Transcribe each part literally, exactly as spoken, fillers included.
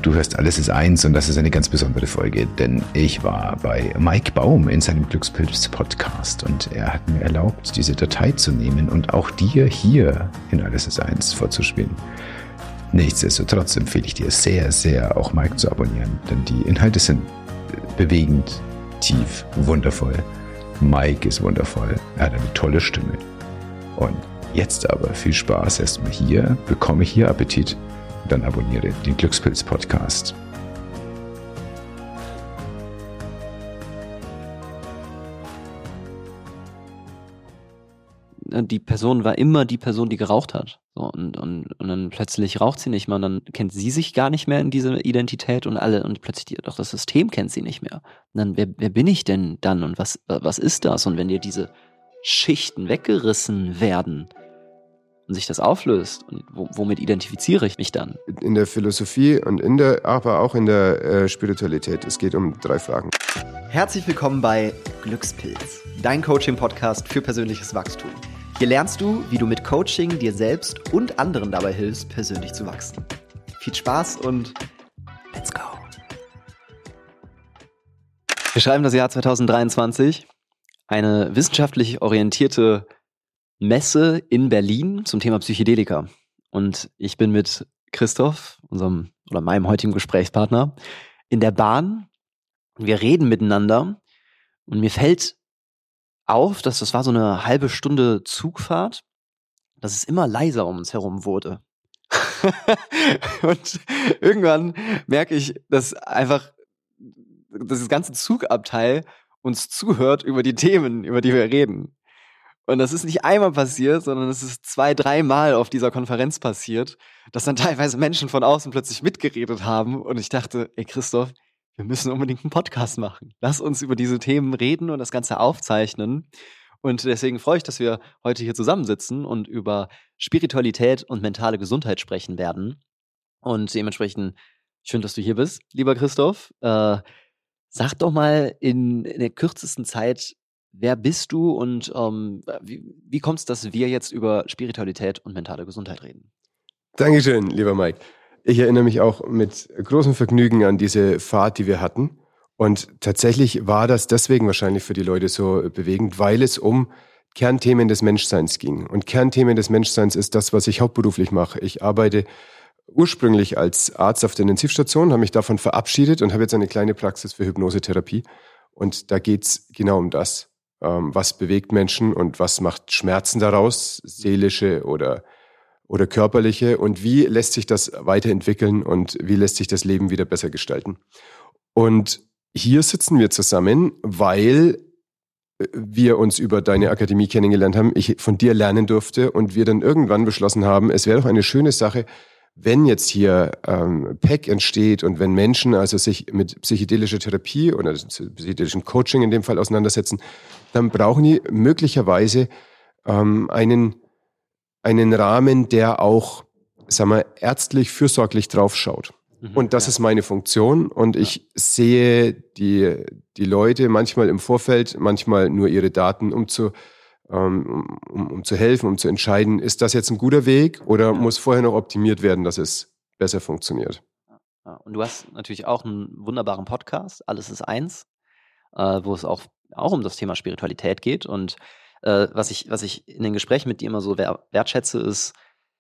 Du hörst Alles ist eins und das ist eine ganz besondere Folge, denn ich war bei Mike Baum in seinem Glückspilz-Podcast und er hat mir erlaubt, diese Datei zu nehmen und auch dir hier in Alles ist eins vorzuspielen. Nichtsdestotrotz empfehle ich dir sehr, sehr, auch Mike zu abonnieren, denn die Inhalte sind bewegend, tief, wundervoll. Mike ist wundervoll, er hat eine tolle Stimme. Und jetzt aber viel Spaß erstmal hier, bekomme hier Appetit. Dann abonniere den Glückspilz-Podcast. Die Person war immer die Person, die geraucht hat. So, und, und, und dann plötzlich raucht sie nicht mehr und dann kennt sie sich gar nicht mehr in diese Identität und alle und plötzlich die, doch das System kennt sie nicht mehr. Und dann, wer, wer bin ich denn dann und was, was ist das? Und wenn dir diese Schichten weggerissen werden und sich das auflöst, und womit identifiziere ich mich dann? In der Philosophie und in der, aber auch in der äh, Spiritualität. Es geht um drei Fragen. Herzlich willkommen bei Glückspilz, dein Coaching-Podcast für persönliches Wachstum. Hier lernst du, wie du mit Coaching dir selbst und anderen dabei hilfst, persönlich zu wachsen. Viel Spaß und let's go! Wir schreiben das Jahr zwanzig dreiundzwanzig. Eine wissenschaftlich orientierte Messe in Berlin zum Thema Psychedelika. Und ich bin mit Christoph, unserem oder meinem heutigen Gesprächspartner, in der Bahn. Wir reden miteinander und mir fällt auf, dass das war so eine halbe Stunde Zugfahrt, dass es immer leiser um uns herum wurde. Und irgendwann merke ich, dass einfach das ganze Zugabteil uns zuhört über die Themen, über die wir reden. Und das ist nicht einmal passiert, sondern es ist zwei, dreimal auf dieser Konferenz passiert, dass dann teilweise Menschen von außen plötzlich mitgeredet haben. Und ich dachte, ey Christoph, wir müssen unbedingt einen Podcast machen. Lass uns über diese Themen reden und das Ganze aufzeichnen. Und deswegen freue ich, dass wir heute hier zusammensitzen und über Spiritualität und mentale Gesundheit sprechen werden. Und dementsprechend schön, dass du hier bist, lieber Christoph. Äh, sag doch mal in, in der kürzesten Zeit, wer bist du und ähm, wie, wie kommt es, dass wir jetzt über Spiritualität und mentale Gesundheit reden? Dankeschön, lieber Mike. Ich erinnere mich auch mit großem Vergnügen an diese Fahrt, die wir hatten. Und tatsächlich war das deswegen wahrscheinlich für die Leute so bewegend, weil es um Kernthemen des Menschseins ging. Und Kernthemen des Menschseins ist das, was ich hauptberuflich mache. Ich arbeite ursprünglich als Arzt auf der Intensivstation, habe mich davon verabschiedet und habe jetzt eine kleine Praxis für Hypnosetherapie. Und da geht's genau um das. Was bewegt Menschen und was macht Schmerzen daraus, seelische oder, oder körperliche, und wie lässt sich das weiterentwickeln und wie lässt sich das Leben wieder besser gestalten. Und hier sitzen wir zusammen, weil wir uns über deine Akademie kennengelernt haben, ich von dir lernen durfte und wir dann irgendwann beschlossen haben, es wäre doch eine schöne Sache, wenn jetzt hier ähm, P E C entsteht und wenn Menschen also sich mit psychedelischer Therapie oder psychedelischem Coaching in dem Fall auseinandersetzen, dann brauchen die möglicherweise ähm, einen, einen Rahmen, der auch, sagen wir, ärztlich fürsorglich draufschaut. Mhm, und das ja. ist meine Funktion und ich ja. sehe die, die Leute manchmal im Vorfeld, manchmal nur ihre Daten, um zu Um, um, um zu helfen, um zu entscheiden, ist das jetzt ein guter Weg oder ja. muss vorher noch optimiert werden, dass es besser funktioniert. Ja. Und du hast natürlich auch einen wunderbaren Podcast, Alles ist eins, äh, wo es auch, auch um das Thema Spiritualität geht. Und äh, was ich, was ich in den Gesprächen mit dir immer so wertschätze, ist,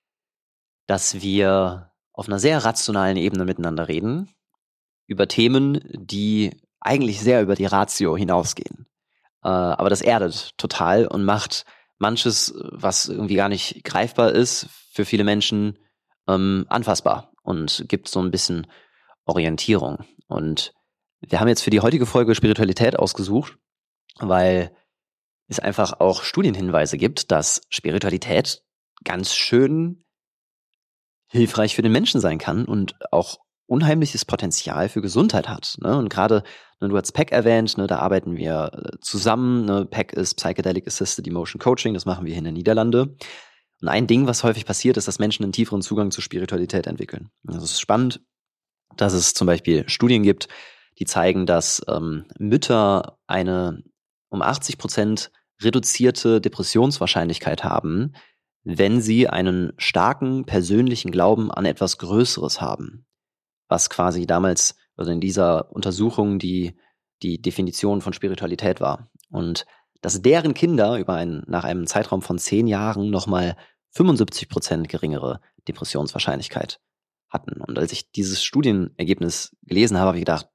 dass wir auf einer sehr rationalen Ebene miteinander reden, über Themen, die eigentlich sehr über die Ratio hinausgehen. Uh, aber das erdet total und macht manches, was irgendwie gar nicht greifbar ist, für viele Menschen ähm, anfassbar und gibt so ein bisschen Orientierung. Und wir haben jetzt für die heutige Folge Spiritualität ausgesucht, weil es einfach auch Studienhinweise gibt, dass Spiritualität ganz schön hilfreich für den Menschen sein kann und auch unheimliches Potenzial für Gesundheit hat. Ne? Und gerade, ne, du hast P E C erwähnt, ne, da arbeiten wir zusammen. Ne? P E C ist Psychedelic Assisted Emotion Coaching, das machen wir hier in den Niederlanden. Und ein Ding, was häufig passiert, ist, dass Menschen einen tieferen Zugang zur Spiritualität entwickeln. Das ist spannend, dass es zum Beispiel Studien gibt, die zeigen, dass ähm, Mütter eine um achtzig Prozent reduzierte Depressionswahrscheinlichkeit haben, wenn sie einen starken persönlichen Glauben an etwas Größeres haben. was quasi damals, also in dieser Untersuchung die, die Definition von Spiritualität war. Und dass deren Kinder über einen, nach einem Zeitraum von zehn Jahren nochmal fünfundsiebzig Prozent geringere Depressionswahrscheinlichkeit hatten. Und als ich dieses Studienergebnis gelesen habe, habe ich gedacht,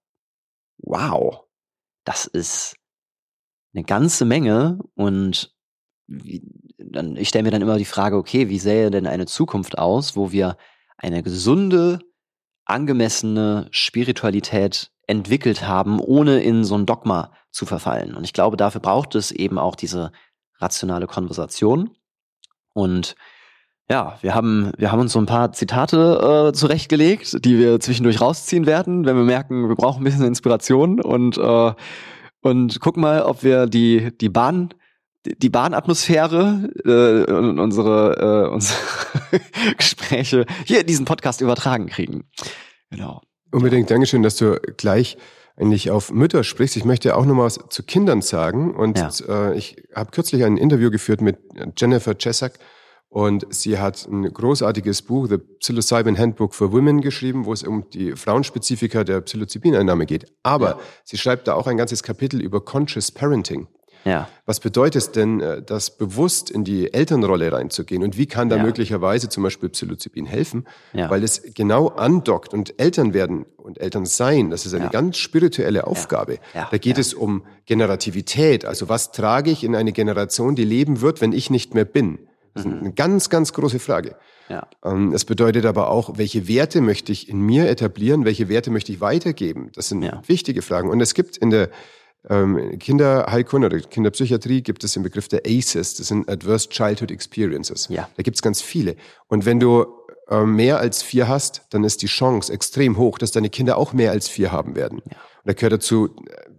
wow, das ist eine ganze Menge. Und wie, dann, ich stelle mir dann immer die Frage, okay, wie sähe denn eine Zukunft aus, wo wir eine gesunde, angemessene Spiritualität entwickelt haben, ohne in so ein Dogma zu verfallen. Und ich glaube, dafür braucht es eben auch diese rationale Konversation. Und ja, wir haben, wir haben uns so ein paar Zitate äh, zurechtgelegt, die wir zwischendurch rausziehen werden, wenn wir merken, wir brauchen ein bisschen Inspiration und, äh, und gucken mal, ob wir die, die Bahn, die Bahnatmosphäre äh, und unsere, äh, unsere Gespräche hier in diesen Podcast übertragen kriegen. Genau. Unbedingt. Dankeschön, dass du gleich eigentlich auf Mütter sprichst. Ich möchte auch noch mal was zu Kindern sagen. Und ja. äh, ich habe kürzlich ein Interview geführt mit Jennifer Chesak. Und sie hat ein großartiges Buch, The Psilocybin Handbook for Women, geschrieben, wo es um die Frauenspezifika der Psilocybin-Einnahme geht. Aber ja. sie schreibt da auch ein ganzes Kapitel über Conscious Parenting. Ja. Was bedeutet es denn, das bewusst in die Elternrolle reinzugehen? Und wie kann da ja. möglicherweise zum Beispiel Psilocybin helfen? Ja. Weil es genau andockt und Eltern werden und Eltern sein, das ist eine ja. ganz spirituelle Aufgabe. Ja. Ja. Da geht ja. es um Generativität. Also was trage ich in eine Generation, die leben wird, wenn ich nicht mehr bin? Das ist eine ganz, ganz große Frage. Ja. Es bedeutet aber auch, welche Werte möchte ich in mir etablieren? Welche Werte möchte ich weitergeben? Das sind ja. wichtige Fragen. Und es gibt in der ähm, Kinderheilkunde oder Kinderpsychiatrie gibt es den Begriff der A C Es. Das sind Adverse Childhood Experiences. Ja. Da gibt es ganz viele. Und wenn du ähm, mehr als vier hast, dann ist die Chance extrem hoch, dass deine Kinder auch mehr als vier haben werden. Ja. Und da gehört dazu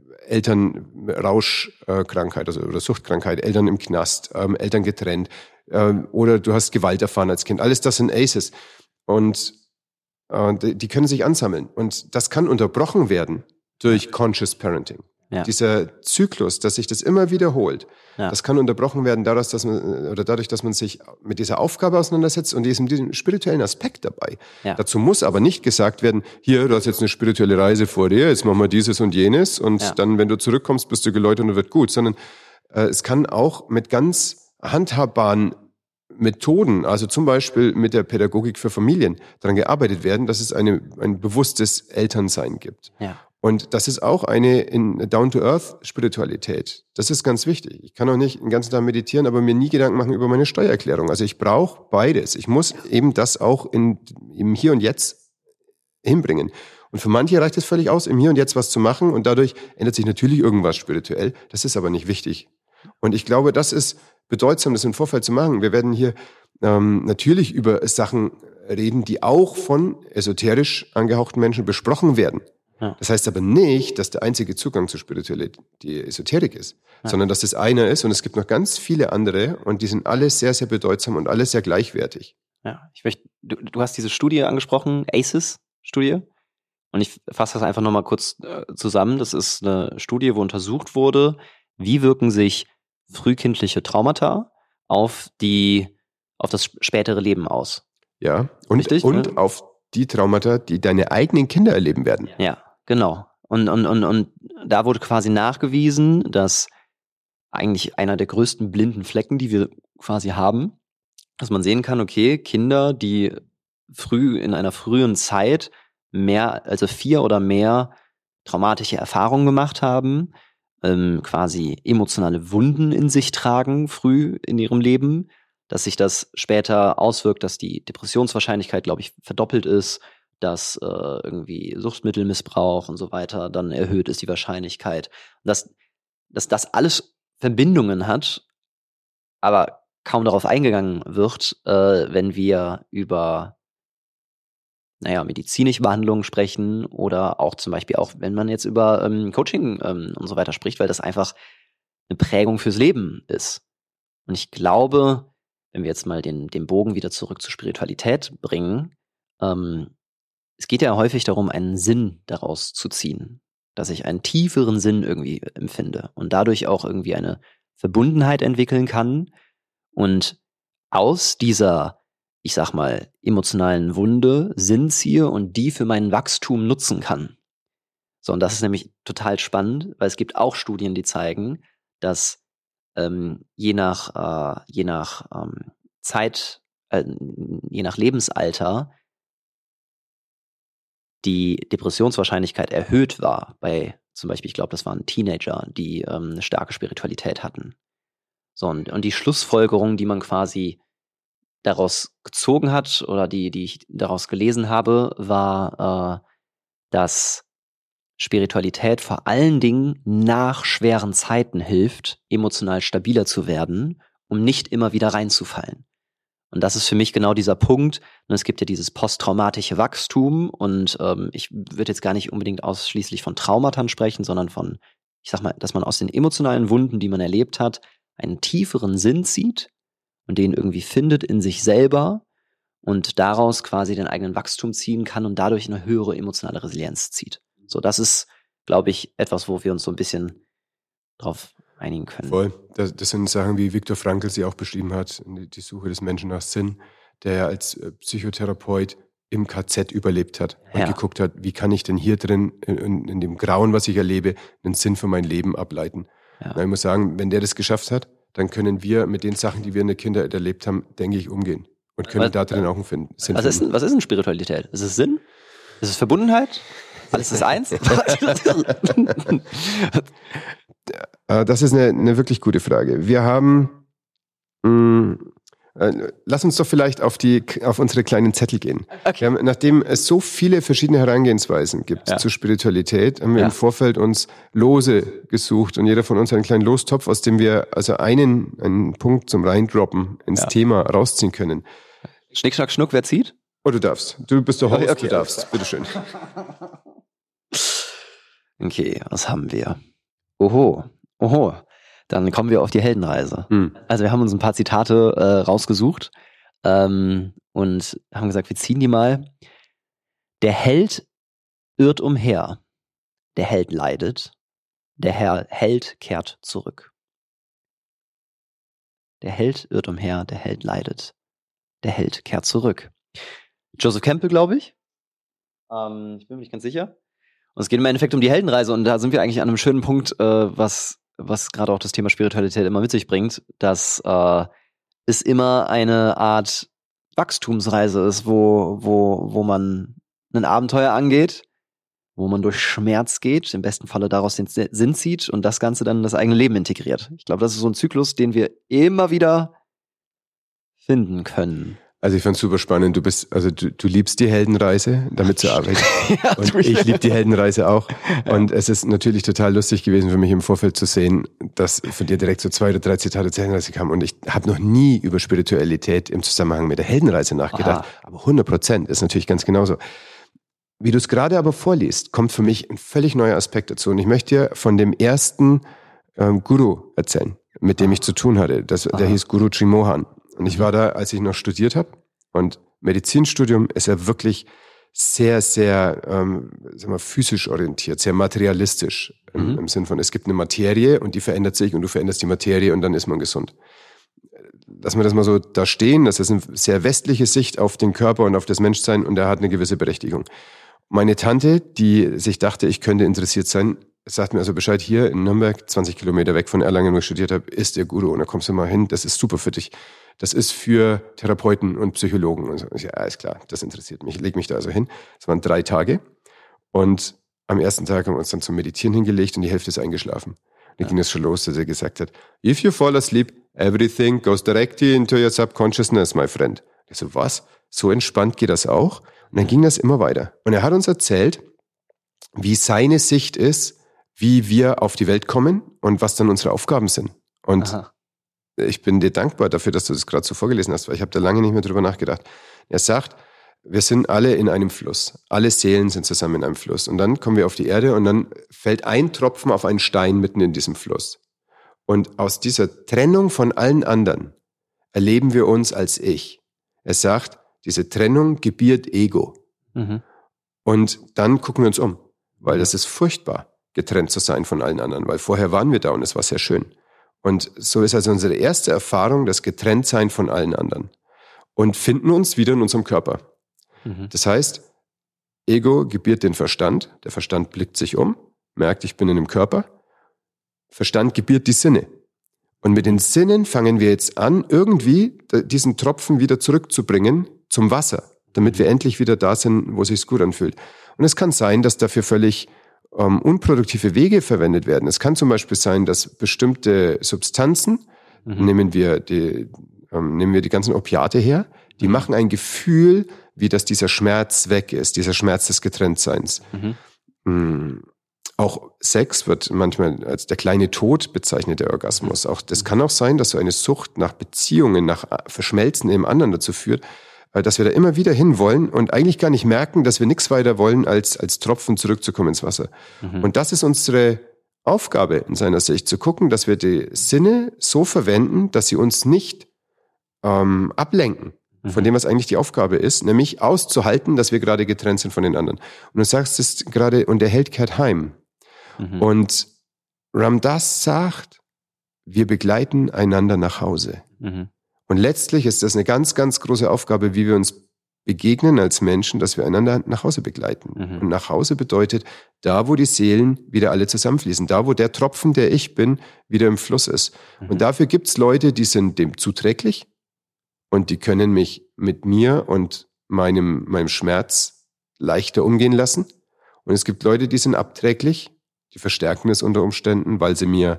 Elternrauschkrankheit also, oder Suchtkrankheit, Eltern im Knast, ähm, Eltern getrennt, oder du hast Gewalt erfahren als Kind. Alles das sind A C Es. Und äh, die können sich ansammeln. Und das kann unterbrochen werden durch Conscious Parenting. Ja. Dieser Zyklus, dass sich das immer wiederholt, ja. das kann unterbrochen werden dadurch, dass man, oder dadurch, dass man sich mit dieser Aufgabe auseinandersetzt und diesem, diesem spirituellen Aspekt dabei. Ja. Dazu muss aber nicht gesagt werden, hier, du hast jetzt eine spirituelle Reise vor dir, jetzt machen wir dieses und jenes und ja. dann, wenn du zurückkommst, bist du geläutert und wird gut. Sondern äh, es kann auch mit ganz handhabbaren Methoden, also zum Beispiel mit der Pädagogik für Familien, daran gearbeitet werden, dass es eine, ein bewusstes Elternsein gibt. Ja. Und das ist auch eine in Down-to-Earth-Spiritualität. Das ist ganz wichtig. Ich kann auch nicht den ganzen Tag meditieren, aber mir nie Gedanken machen über meine Steuererklärung. Also ich brauche beides. Ich muss eben das auch in, im Hier und Jetzt hinbringen. Und für manche reicht es völlig aus, im Hier und Jetzt was zu machen und dadurch ändert sich natürlich irgendwas spirituell. Das ist aber nicht wichtig. Und ich glaube, das ist bedeutsam, das im Vorfeld zu machen. Wir werden hier ähm, natürlich über Sachen reden, die auch von esoterisch angehauchten Menschen besprochen werden. Ja. Das heißt aber nicht, dass der einzige Zugang zur Spiritualität die Esoterik ist, ja. sondern dass das einer ist und es gibt noch ganz viele andere und die sind alle sehr, sehr bedeutsam und alle sehr gleichwertig. Ja, ich möchte, du, du hast diese Studie angesprochen, A C Es-Studie. Und ich fasse das einfach nochmal kurz äh, zusammen. Das ist eine Studie, wo untersucht wurde, wie wirken sich frühkindliche Traumata auf die, auf das spätere Leben aus. Ja, und, Richtig, und ne? auf die Traumata, die deine eigenen Kinder erleben werden. Ja, genau. Und, und, und, und da wurde quasi nachgewiesen, dass eigentlich einer der größten blinden Flecken, die wir quasi haben, dass man sehen kann, okay, Kinder, die früh in einer frühen Zeit mehr, also vier oder mehr traumatische Erfahrungen gemacht haben, ähm, quasi emotionale Wunden in sich tragen, früh in ihrem Leben, dass sich das später auswirkt, dass die Depressionswahrscheinlichkeit, glaube ich, verdoppelt ist, dass äh, irgendwie Suchtmittelmissbrauch und so weiter dann erhöht ist, die Wahrscheinlichkeit. Dass, dass das alles Verbindungen hat, aber kaum darauf eingegangen wird, äh, wenn wir über naja, medizinische Behandlungen sprechen oder auch zum Beispiel auch, wenn man jetzt über ähm, Coaching ähm, und so weiter spricht, weil das einfach eine Prägung fürs Leben ist. Und ich glaube, wenn wir jetzt mal den, den Bogen wieder zurück zur Spiritualität bringen, ähm, es geht ja häufig darum, einen Sinn daraus zu ziehen, dass ich einen tieferen Sinn irgendwie empfinde und dadurch auch irgendwie eine Verbundenheit entwickeln kann und aus dieser ich sag mal, emotionalen Wunde Sinn ziehe und die für mein Wachstum nutzen kann. So, und das ist nämlich total spannend, weil es gibt auch Studien, die zeigen, dass ähm, je nach, äh, je nach ähm, Zeit, äh, je nach Lebensalter die Depressionswahrscheinlichkeit erhöht war bei zum Beispiel, ich glaube, das waren Teenager, die ähm, eine starke Spiritualität hatten. So, und, und die Schlussfolgerung, die man quasi daraus gezogen hat oder die, die ich daraus gelesen habe, war, äh, dass Spiritualität vor allen Dingen nach schweren Zeiten hilft, emotional stabiler zu werden, um nicht immer wieder reinzufallen. Und das ist für mich genau dieser Punkt. Und es gibt ja dieses posttraumatische Wachstum und ähm, ich würde jetzt gar nicht unbedingt ausschließlich von Traumata sprechen, sondern von, ich sag mal, dass man aus den emotionalen Wunden, die man erlebt hat, einen tieferen Sinn zieht und den irgendwie findet in sich selber und daraus quasi den eigenen Wachstum ziehen kann und dadurch eine höhere emotionale Resilienz zieht. So, das ist, glaube ich, etwas, wo wir uns so ein bisschen drauf einigen können. Voll. Das, das sind Sachen, wie Viktor Frankl sie auch beschrieben hat, die Suche des Menschen nach Sinn, der ja als Psychotherapeut im K Z überlebt hat und ja. geguckt hat, wie kann ich denn hier drin, in, in dem Grauen, was ich erlebe, einen Sinn für mein Leben ableiten. Ja. Und ich muss sagen, wenn der das geschafft hat, dann können wir mit den Sachen, die wir in der Kindheit erlebt haben, denke ich, umgehen. Und können was, da drin auch einen Sinn was finden. Ist denn, was ist denn Spiritualität? Ist es Sinn? Ist es Verbundenheit? Alles ist eins? Das ist eine, eine wirklich gute Frage. Wir haben, mh, äh, lass uns doch vielleicht auf, die, auf unsere kleinen Zettel gehen. Okay. Wir haben, nachdem es so viele verschiedene Herangehensweisen gibt ja. zur Spiritualität, haben wir ja. im Vorfeld uns Lose gesucht und jeder von uns einen kleinen Lostopf, aus dem wir also einen, einen Punkt zum Reindroppen ins ja. Thema rausziehen können. Schnick, schnack, schnuck, wer zieht? Oh, du darfst. Du bist der Host, okay, okay, du darfst. Bitteschön. Okay, was haben wir? Oho, oho. Dann kommen wir auf die Heldenreise. Hm. Also wir haben uns ein paar Zitate äh, rausgesucht ähm, und haben gesagt, wir ziehen die mal. Der Held irrt umher. Der Held leidet. Der Herr Held kehrt zurück. Der Held irrt umher. Der Held leidet. Der Held kehrt zurück. Joseph Campbell, glaube ich. Ähm, ich bin mir nicht ganz sicher. Und es geht im Endeffekt um die Heldenreise und da sind wir eigentlich an einem schönen Punkt, äh, was, was gerade auch das Thema Spiritualität immer mit sich bringt, dass äh, es immer eine Art Wachstumsreise ist, wo, wo, wo man ein Abenteuer angeht, wo man durch Schmerz geht, im besten Falle daraus den Sinn zieht und das Ganze dann in das eigene Leben integriert. Ich glaube, das ist so ein Zyklus, den wir immer wieder finden können. Also ich fand es super spannend. Du bist, also du, du liebst die Heldenreise, damit zu arbeiten. Ja, und ich liebe die Heldenreise auch. Ja. Und es ist natürlich total lustig gewesen für mich im Vorfeld zu sehen, dass von dir direkt so zwei oder drei Zitate zur Heldenreise kamen. Und ich habe noch nie über Spiritualität im Zusammenhang mit der Heldenreise nachgedacht. Aha. Aber hundert Prozent ist natürlich ganz genauso. Wie du es gerade aber vorliest, kommt für mich ein völlig neuer Aspekt dazu. Und ich möchte dir von dem ersten ähm, Guru erzählen, mit dem ich zu tun hatte. Das, der hieß Guruji Mohan. Und ich war da, als ich noch studiert habe. Und Medizinstudium ist ja wirklich sehr, sehr ähm, sag mal, physisch orientiert, sehr materialistisch. Im, mhm. im Sinn von, es gibt eine Materie und die verändert sich und du veränderst die Materie und dann ist man gesund. Lass mir das mal so da stehen. Das ist eine sehr westliche Sicht auf den Körper und auf das Menschsein und er hat eine gewisse Berechtigung. Meine Tante, die sich dachte, ich könnte interessiert sein, sagt mir also Bescheid, hier in Nürnberg, zwanzig Kilometer weg von Erlangen, wo ich studiert habe, ist der Guru und da kommst du mal hin, das ist super für dich. Das ist für Therapeuten und Psychologen. Und so. Ja, alles klar, das interessiert mich. Ich lege mich da also hin. Es waren drei Tage und am ersten Tag haben wir uns dann zum Meditieren hingelegt und die Hälfte ist eingeschlafen. Und dann ja. ging es schon los, dass er gesagt hat, if you fall asleep, everything goes directly into your subconsciousness, my friend. Ich so, was? So entspannt geht das auch? Und dann ging das immer weiter. Und er hat uns erzählt, wie seine Sicht ist, wie wir auf die Welt kommen und was dann unsere Aufgaben sind. Und Aha. ich bin dir dankbar dafür, dass du das gerade so vorgelesen hast, weil ich habe da lange nicht mehr drüber nachgedacht. Er sagt, wir sind alle in einem Fluss. Alle Seelen sind zusammen in einem Fluss. Und dann kommen wir auf die Erde und dann fällt ein Tropfen auf einen Stein mitten in diesem Fluss. Und aus dieser Trennung von allen anderen erleben wir uns als Ich. Er sagt, diese Trennung gebiert Ego. Mhm. Und dann gucken wir uns um, weil das ist furchtbar, getrennt zu sein von allen anderen, weil vorher waren wir da und es war sehr schön. Und so ist also unsere erste Erfahrung das Getrenntsein von allen anderen. und finden uns wieder in unserem Körper. Mhm. Das heißt, Ego gebiert den Verstand, der Verstand blickt sich um, merkt, ich bin in einem Körper, Verstand gebiert die Sinne. Und mit den Sinnen fangen wir jetzt an, irgendwie diesen Tropfen wieder zurückzubringen zum Wasser, damit wir endlich wieder da sind, wo es sich gut anfühlt. Und es kann sein, dass dafür völlig ähm, unproduktive Wege verwendet werden. Es kann zum Beispiel sein, dass bestimmte Substanzen, mhm. nehmen wir die, ähm, nehmen wir die ganzen Opiate her, die mhm. machen ein Gefühl, wie dass dieser Schmerz weg ist, dieser Schmerz des Getrenntseins. Mhm. Mhm. Auch Sex wird manchmal als der kleine Tod bezeichnet, der Orgasmus. Auch das kann auch sein, dass so eine Sucht nach Beziehungen, nach Verschmelzen im anderen dazu führt, dass wir da immer wieder hinwollen und eigentlich gar nicht merken, dass wir nichts weiter wollen, als als Tropfen zurückzukommen ins Wasser. Mhm. Und das ist unsere Aufgabe in seiner Sicht, zu gucken, dass wir die Sinne so verwenden, dass sie uns nicht ähm, ablenken mhm. von dem, was eigentlich die Aufgabe ist, nämlich auszuhalten, dass wir gerade getrennt sind von den anderen. Und du sagst es gerade, und der Held kehrt heim. Mhm. Und Ram Dass sagt, wir begleiten einander nach Hause. Mhm. Und letztlich ist das eine ganz, ganz große Aufgabe, wie wir uns begegnen als Menschen, dass wir einander nach Hause begleiten. Mhm. Und nach Hause bedeutet, da wo die Seelen wieder alle zusammenfließen, da wo der Tropfen, der ich bin, wieder im Fluss ist. Mhm. Und dafür gibt's Leute, die sind dem zuträglich und die können mich mit mir und meinem, meinem Schmerz leichter umgehen lassen. Und es gibt Leute, die sind abträglich, die verstärken es unter Umständen, weil sie mir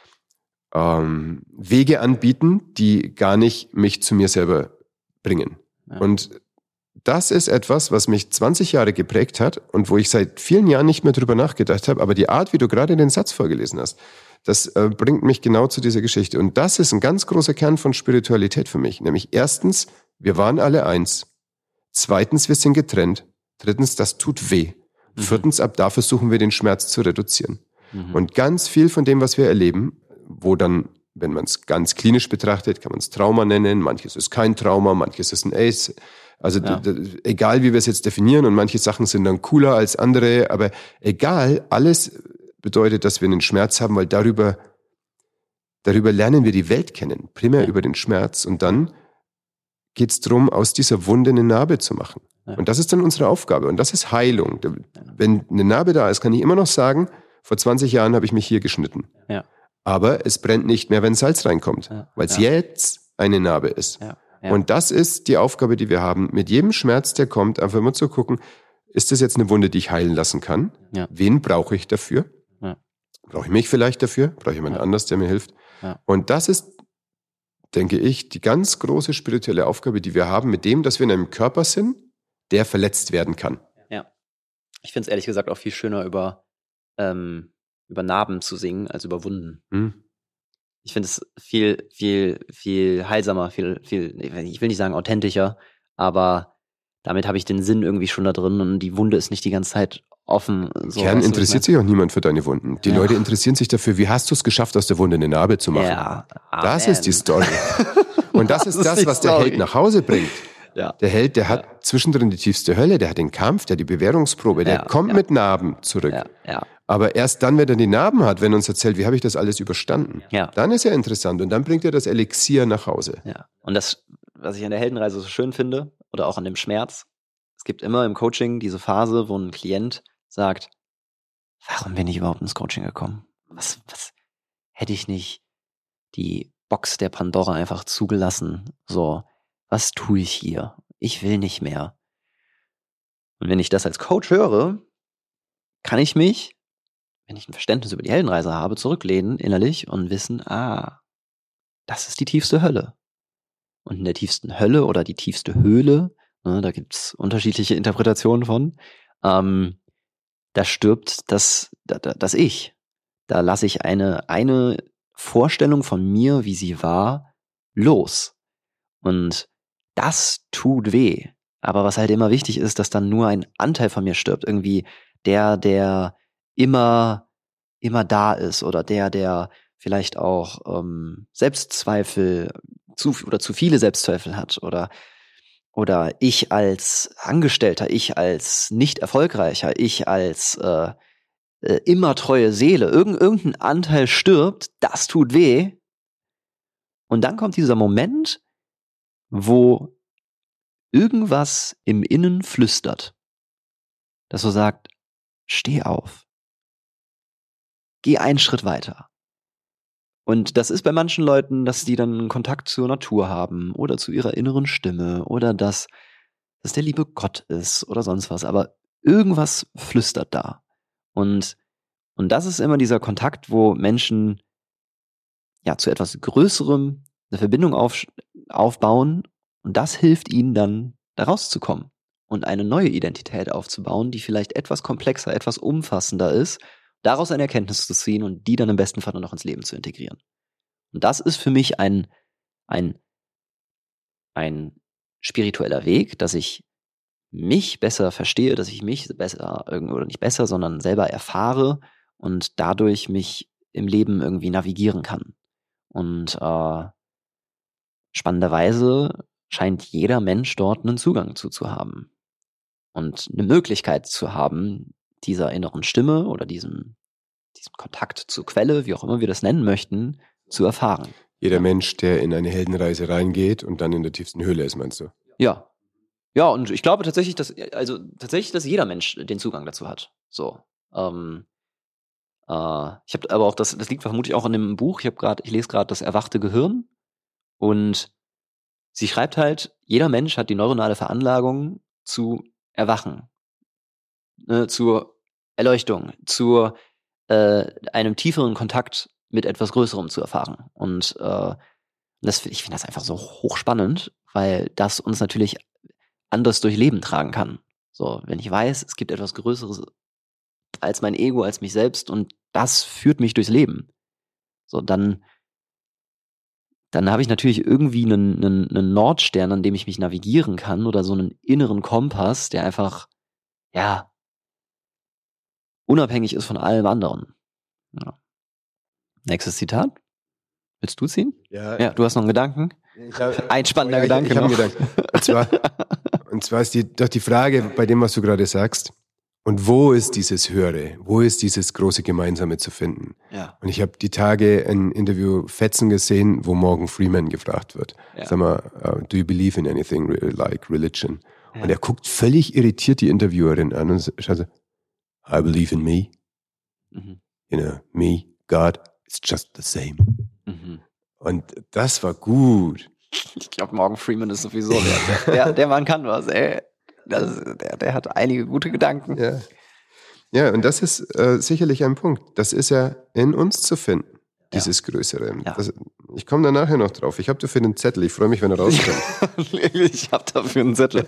ähm, Wege anbieten, die gar nicht mich zu mir selber bringen. Ja. Und das ist etwas, was mich zwanzig Jahre geprägt hat und wo ich seit vielen Jahren nicht mehr drüber nachgedacht habe. Aber die Art, wie du gerade den Satz vorgelesen hast, das äh, bringt mich genau zu dieser Geschichte. Und das ist ein ganz großer Kern von Spiritualität für mich. Nämlich erstens, wir waren alle eins. Zweitens, wir sind getrennt. Drittens, das tut weh. Mhm. Viertens, ab da versuchen wir den Schmerz zu reduzieren. Mhm. Und ganz viel von dem, was wir erleben, wo dann, wenn man es ganz klinisch betrachtet, kann man es Trauma nennen. Manches ist kein Trauma, manches ist ein Ace. Also ja. d- d- egal, wie wir es jetzt definieren, und manche Sachen sind dann cooler als andere, aber egal, alles bedeutet, dass wir einen Schmerz haben, weil darüber, darüber lernen wir die Welt kennen, primär ja. über den Schmerz, und dann geht es darum, aus dieser Wunde eine Narbe zu machen. Ja. Und das ist dann unsere Aufgabe, und das ist Heilung. Wenn eine Narbe da ist, kann ich immer noch sagen, vor zwanzig Jahren habe ich mich hier geschnitten. Ja. Aber es brennt nicht mehr, wenn Salz reinkommt, ja. weil es ja. jetzt eine Narbe ist. Ja. Ja. Und das ist die Aufgabe, die wir haben, mit jedem Schmerz, der kommt, einfach immer zu gucken, ist das jetzt eine Wunde, die ich heilen lassen kann? Ja. Wen brauche ich dafür? Ja. Brauche ich mich vielleicht dafür? Brauche ich jemanden ja. anders, der mir hilft? Ja. Und das ist, denke ich, die ganz große spirituelle Aufgabe, die wir haben, mit dem, dass wir in einem Körper sind, der verletzt werden kann. Ja. Ich finde es ehrlich gesagt auch viel schöner, über, ähm, über Narben zu singen, als über Wunden. Hm. Ich finde es viel, viel, viel heilsamer, viel, viel, ich will nicht sagen authentischer, aber damit habe ich den Sinn irgendwie schon da drin und die Wunde ist nicht die ganze Zeit offen. So, Kern interessiert sich auch niemand für deine Wunden. Die ja. Leute interessieren sich dafür, wie hast du es geschafft, aus der Wunde eine Narbe zu machen? Ja. Das ist die Story. Und das, das ist das, was der Held nach Hause bringt. Ja. Der Held, der ja. hat zwischendrin die tiefste Hölle, der hat den Kampf, der hat die Bewährungsprobe, der ja. kommt ja. mit Narben zurück. Ja. Ja. Aber erst dann, wenn er die Narben hat, wenn er uns erzählt, wie habe ich das alles überstanden, ja. dann ist er interessant und dann bringt er das Elixier nach Hause. Ja. Und das, was ich an der Heldenreise so schön finde, oder auch an dem Schmerz, es gibt immer im Coaching diese Phase, wo ein Klient sagt, warum bin ich überhaupt ins Coaching gekommen? Was, was hätte ich nicht die Box der Pandora einfach zugelassen? So, was tue ich hier? Ich will nicht mehr. Und wenn ich das als Coach höre, kann ich mich, wenn ich ein Verständnis über die Heldenreise habe, zurücklehnen innerlich und wissen, ah, das ist die tiefste Hölle. Und in der tiefsten Hölle oder die tiefste Höhle, ne, da gibt's unterschiedliche Interpretationen von, ähm, da stirbt das, das Ich. Da lasse ich eine, eine Vorstellung von mir, wie sie war, los. Und das tut weh. Aber was halt immer wichtig ist, dass dann nur ein Anteil von mir stirbt. Irgendwie der, der immer, immer da ist oder der, der vielleicht auch ähm, Selbstzweifel zu, oder zu viele Selbstzweifel hat oder, oder ich als Angestellter, ich als nicht erfolgreicher, ich als äh, äh, immer treue Seele, irgend, irgendein Anteil stirbt, das tut weh. Und dann kommt dieser Moment, wo irgendwas im Innen flüstert, das so sagt, steh auf, geh einen Schritt weiter. Und das ist bei manchen Leuten, dass die dann Kontakt zur Natur haben oder zu ihrer inneren Stimme oder dass dass der liebe Gott ist oder sonst was, aber irgendwas flüstert da. Und, und das ist immer dieser Kontakt, wo Menschen ja zu etwas Größerem eine Verbindung auf, aufbauen und das hilft ihnen dann, da rauszukommen und eine neue Identität aufzubauen, die vielleicht etwas komplexer, etwas umfassender ist, daraus eine Erkenntnis zu ziehen und die dann im besten Fall noch ins Leben zu integrieren. Und das ist für mich ein, ein, ein spiritueller Weg, dass ich mich besser verstehe, dass ich mich besser, oder nicht besser, sondern selber erfahre und dadurch mich im Leben irgendwie navigieren kann. Und äh, spannenderweise scheint jeder Mensch dort einen Zugang zu, zu haben und eine Möglichkeit zu haben, dieser inneren Stimme oder diesem, diesem Kontakt zur Quelle, wie auch immer wir das nennen möchten, zu erfahren. Jeder Mensch, der in eine Heldenreise reingeht und dann in der tiefsten Höhle ist, meinst du? Ja. Ja, und ich glaube tatsächlich, dass, also tatsächlich, dass jeder Mensch den Zugang dazu hat. So. Ähm, äh, ich habe aber auch, das, das liegt vermutlich auch in dem Buch, ich habe gerade, ich lese gerade Das erwachte Gehirn und sie schreibt halt, jeder Mensch hat die neuronale Veranlagung zu erwachen, ne, zur Erleuchtung, zu äh, einem tieferen Kontakt mit etwas Größerem zu erfahren. Und äh, das, ich finde das einfach so hochspannend, weil das uns natürlich anders durch Leben tragen kann. So, wenn ich weiß, es gibt etwas Größeres als mein Ego, als mich selbst und das führt mich durchs Leben. So, dann dann habe ich natürlich irgendwie einen, einen, einen Nordstern, an dem ich mich navigieren kann oder so einen inneren Kompass, der einfach, ja, unabhängig ist von allem anderen. Ja. Nächstes Zitat. Willst du ziehen? Ja. Ja, du hast noch einen Gedanken? Ich hab, Ein spannender ja, Gedanke ich, ich noch. Ich habe einen Gedanken. Und zwar, und zwar ist die, doch die Frage bei dem, was du gerade sagst, und wo ist dieses Höhere? Wo ist dieses große Gemeinsame zu finden? Ja. Und ich habe die Tage ein Interview Fetzen gesehen, wo Morgan Freeman gefragt wird. Ja. Sag mal, uh, do you believe in anything re- like religion? Ja. Und er guckt völlig irritiert die Interviewerin an und schaut so, I believe in me. Mhm. You know, me, God, it's just the same. Mhm. Und das war gut. Ich glaube, Morgan Freeman ist sowieso der, der, der Mann kann was, ey. Das, der, der hat einige gute Gedanken. Ja, ja, und das ist äh, sicherlich ein Punkt. Das ist ja in uns zu finden, dieses ja. Größere. Ja. Das, ich komme da nachher noch drauf. Ich habe dafür einen Zettel. Ich freue mich, wenn er rauskommt. Ich habe dafür einen Zettel.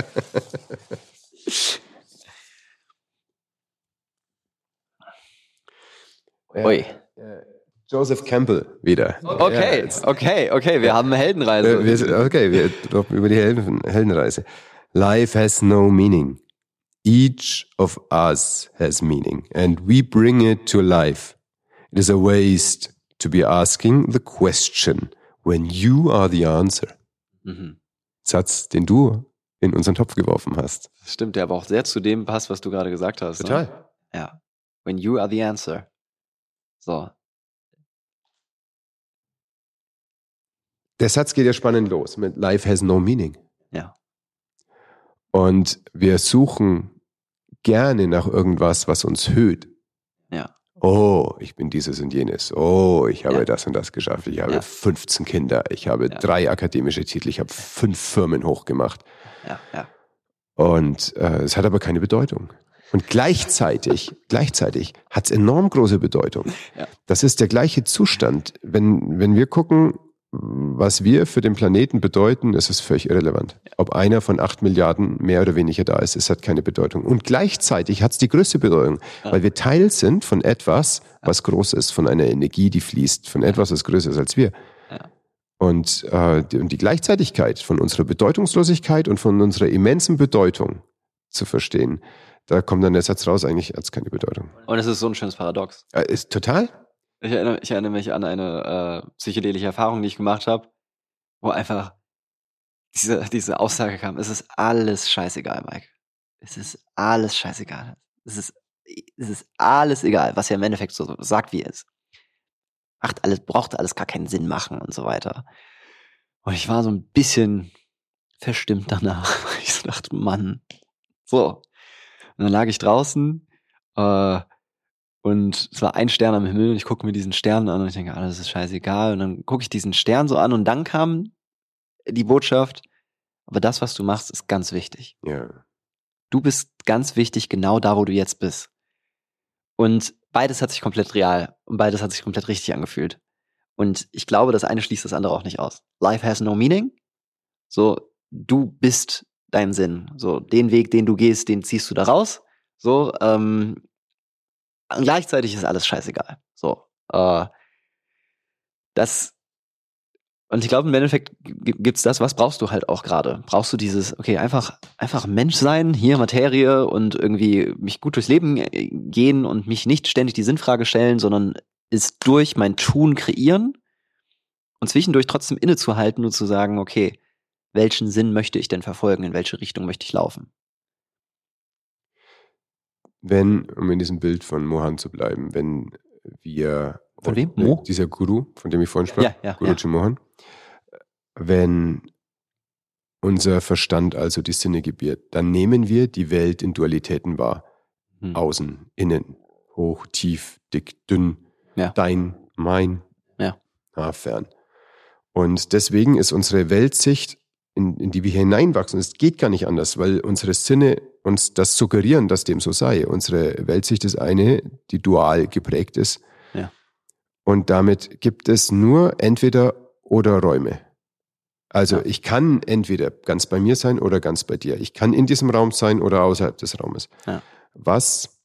Ui. Joseph Campbell wieder. Okay, ja, okay, okay. Wir haben eine Heldenreise. Wir, okay, wir droppen über die Helden, Heldenreise. Life has no meaning. Each of us has meaning, and we bring it to life. It is a waste to be asking the question when you are the answer. Mhm. Satz, den du in unseren Topf geworfen hast. Das stimmt, der aber auch sehr zu dem passt, was du gerade gesagt hast. Total. Ne? Ja. When you are the answer. So. Der Satz geht ja spannend los mit Life has no meaning. Ja. Und wir suchen gerne nach irgendwas, was uns höht. Ja. Oh, ich bin dieses und jenes. Oh, ich habe ja. das und das geschafft. Ich habe ja. fünfzehn Kinder. Ich habe ja. drei akademische Titel. Ich habe fünf Firmen hochgemacht. Ja, ja. Und äh, es hat aber keine Bedeutung. Und gleichzeitig, gleichzeitig hat es enorm große Bedeutung. Ja. Das ist der gleiche Zustand. Wenn, wenn wir gucken, was wir für den Planeten bedeuten, ist es völlig irrelevant. Ob einer von acht Milliarden mehr oder weniger da ist, es hat keine Bedeutung. Und gleichzeitig hat es die größte Bedeutung, ja. weil wir Teil sind von etwas, was groß ist, von einer Energie, die fließt, von etwas, was größer ist als wir. Ja. Und, äh, die, und die Gleichzeitigkeit von unserer Bedeutungslosigkeit und von unserer immensen Bedeutung zu verstehen, da kommt dann der Satz raus, eigentlich hat es keine Bedeutung. Und es ist so ein schönes Paradox. Äh, ist total? Ich erinnere, ich erinnere mich an eine äh, psychedelische Erfahrung, die ich gemacht habe, wo einfach diese, diese Aussage kam, es ist alles scheißegal, Mike. Es ist alles scheißegal. Es ist, es ist alles egal, was ja im Endeffekt so sagt, wie es ist. Macht alles, braucht alles gar keinen Sinn machen und so weiter. Und ich war so ein bisschen verstimmt danach. Ich so dachte, Mann. So. Und dann lag ich draußen äh, und es war ein Stern am Himmel und ich gucke mir diesen Stern an und ich denke, alles ist scheißegal. Und dann gucke ich diesen Stern so an und dann kam die Botschaft, aber das, was du machst, ist ganz wichtig. Ja. Du bist ganz wichtig genau da, wo du jetzt bist. Und beides hat sich komplett real und beides hat sich komplett richtig angefühlt. Und ich glaube, das eine schließt das andere auch nicht aus. Life has no meaning. So, du bist dein Sinn. So, den Weg, den du gehst, den ziehst du da raus. So, ähm, und gleichzeitig ist alles scheißegal. So, äh, das, und ich glaube, im Endeffekt gibt's das, was brauchst du halt auch gerade. Brauchst du dieses, okay, einfach, einfach Mensch sein, hier Materie und irgendwie mich gut durchs Leben gehen und mich nicht ständig die Sinnfrage stellen, sondern es durch mein Tun kreieren und zwischendurch trotzdem innezuhalten und zu sagen, okay, welchen Sinn möchte ich denn verfolgen, in welche Richtung möchte ich laufen? Wenn, um in diesem Bild von Mohan zu bleiben, wenn wir... Von wem? Mo? Dieser Guru, von dem ich vorhin sprach, ja, ja, Guruji ja. Mohan. Wenn unser Verstand also die Sinne gebiert, dann nehmen wir die Welt in Dualitäten wahr. Hm. Außen, innen, hoch, tief, dick, dünn, ja. dein, mein, ja. nah, fern. Und deswegen ist unsere Weltsicht, in, in die wir hineinwachsen, es geht gar nicht anders, weil unsere Sinne uns das suggerieren, dass dem so sei. Unsere Weltsicht ist eine, die dual geprägt ist. Ja. Und damit gibt es nur entweder oder Räume. Also ja. ich kann entweder ganz bei mir sein oder ganz bei dir. Ich kann in diesem Raum sein oder außerhalb des Raumes. Ja. Was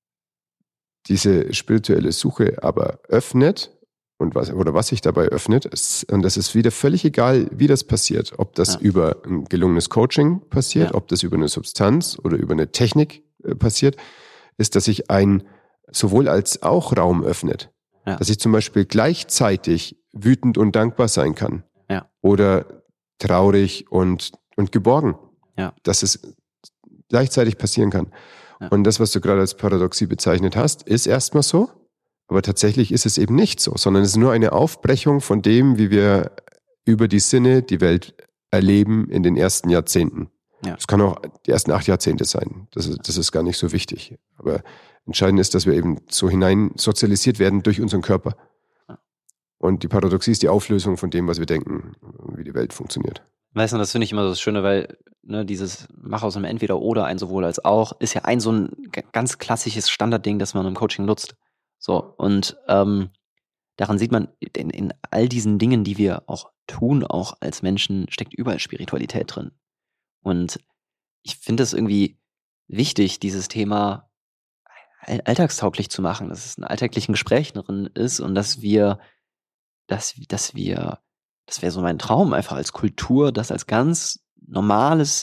diese spirituelle Suche aber öffnet und was, oder was sich dabei öffnet, ist, und das ist wieder völlig egal, wie das passiert. Ob das ja. über ein gelungenes Coaching passiert, ja. ob das über eine Substanz oder über eine Technik äh, passiert, ist, dass sich ein sowohl als auch Raum öffnet. Ja. Dass ich zum Beispiel gleichzeitig wütend und dankbar sein kann. Ja. Oder traurig und, und geborgen. Ja. Dass es gleichzeitig passieren kann. Ja. Und das, was du gerade als Paradoxie bezeichnet hast, ist erstmal so, aber tatsächlich ist es eben nicht so, sondern es ist nur eine Aufbrechung von dem, wie wir über die Sinne die Welt erleben in den ersten Jahrzehnten. Ja. Das kann auch die ersten acht Jahrzehnte sein. Das ist, das ist gar nicht so wichtig. Aber entscheidend ist, dass wir eben so hinein sozialisiert werden durch unseren Körper. Und die Paradoxie ist die Auflösung von dem, was wir denken, wie die Welt funktioniert. Weißt du, das finde ich immer so das Schöne, weil ne, dieses Mach aus einem Entweder-Oder, ein sowohl als auch, ist ja ein so ein ganz klassisches Standardding, das man im Coaching nutzt. So, und ähm, daran sieht man, in, in all diesen Dingen, die wir auch tun, auch als Menschen, steckt überall Spiritualität drin. Und ich finde es irgendwie wichtig, dieses Thema alltagstauglich zu machen, dass es in alltäglichen Gesprächen drin ist und dass wir dass, dass wir, das wäre so mein Traum, einfach als Kultur, das als ganz normales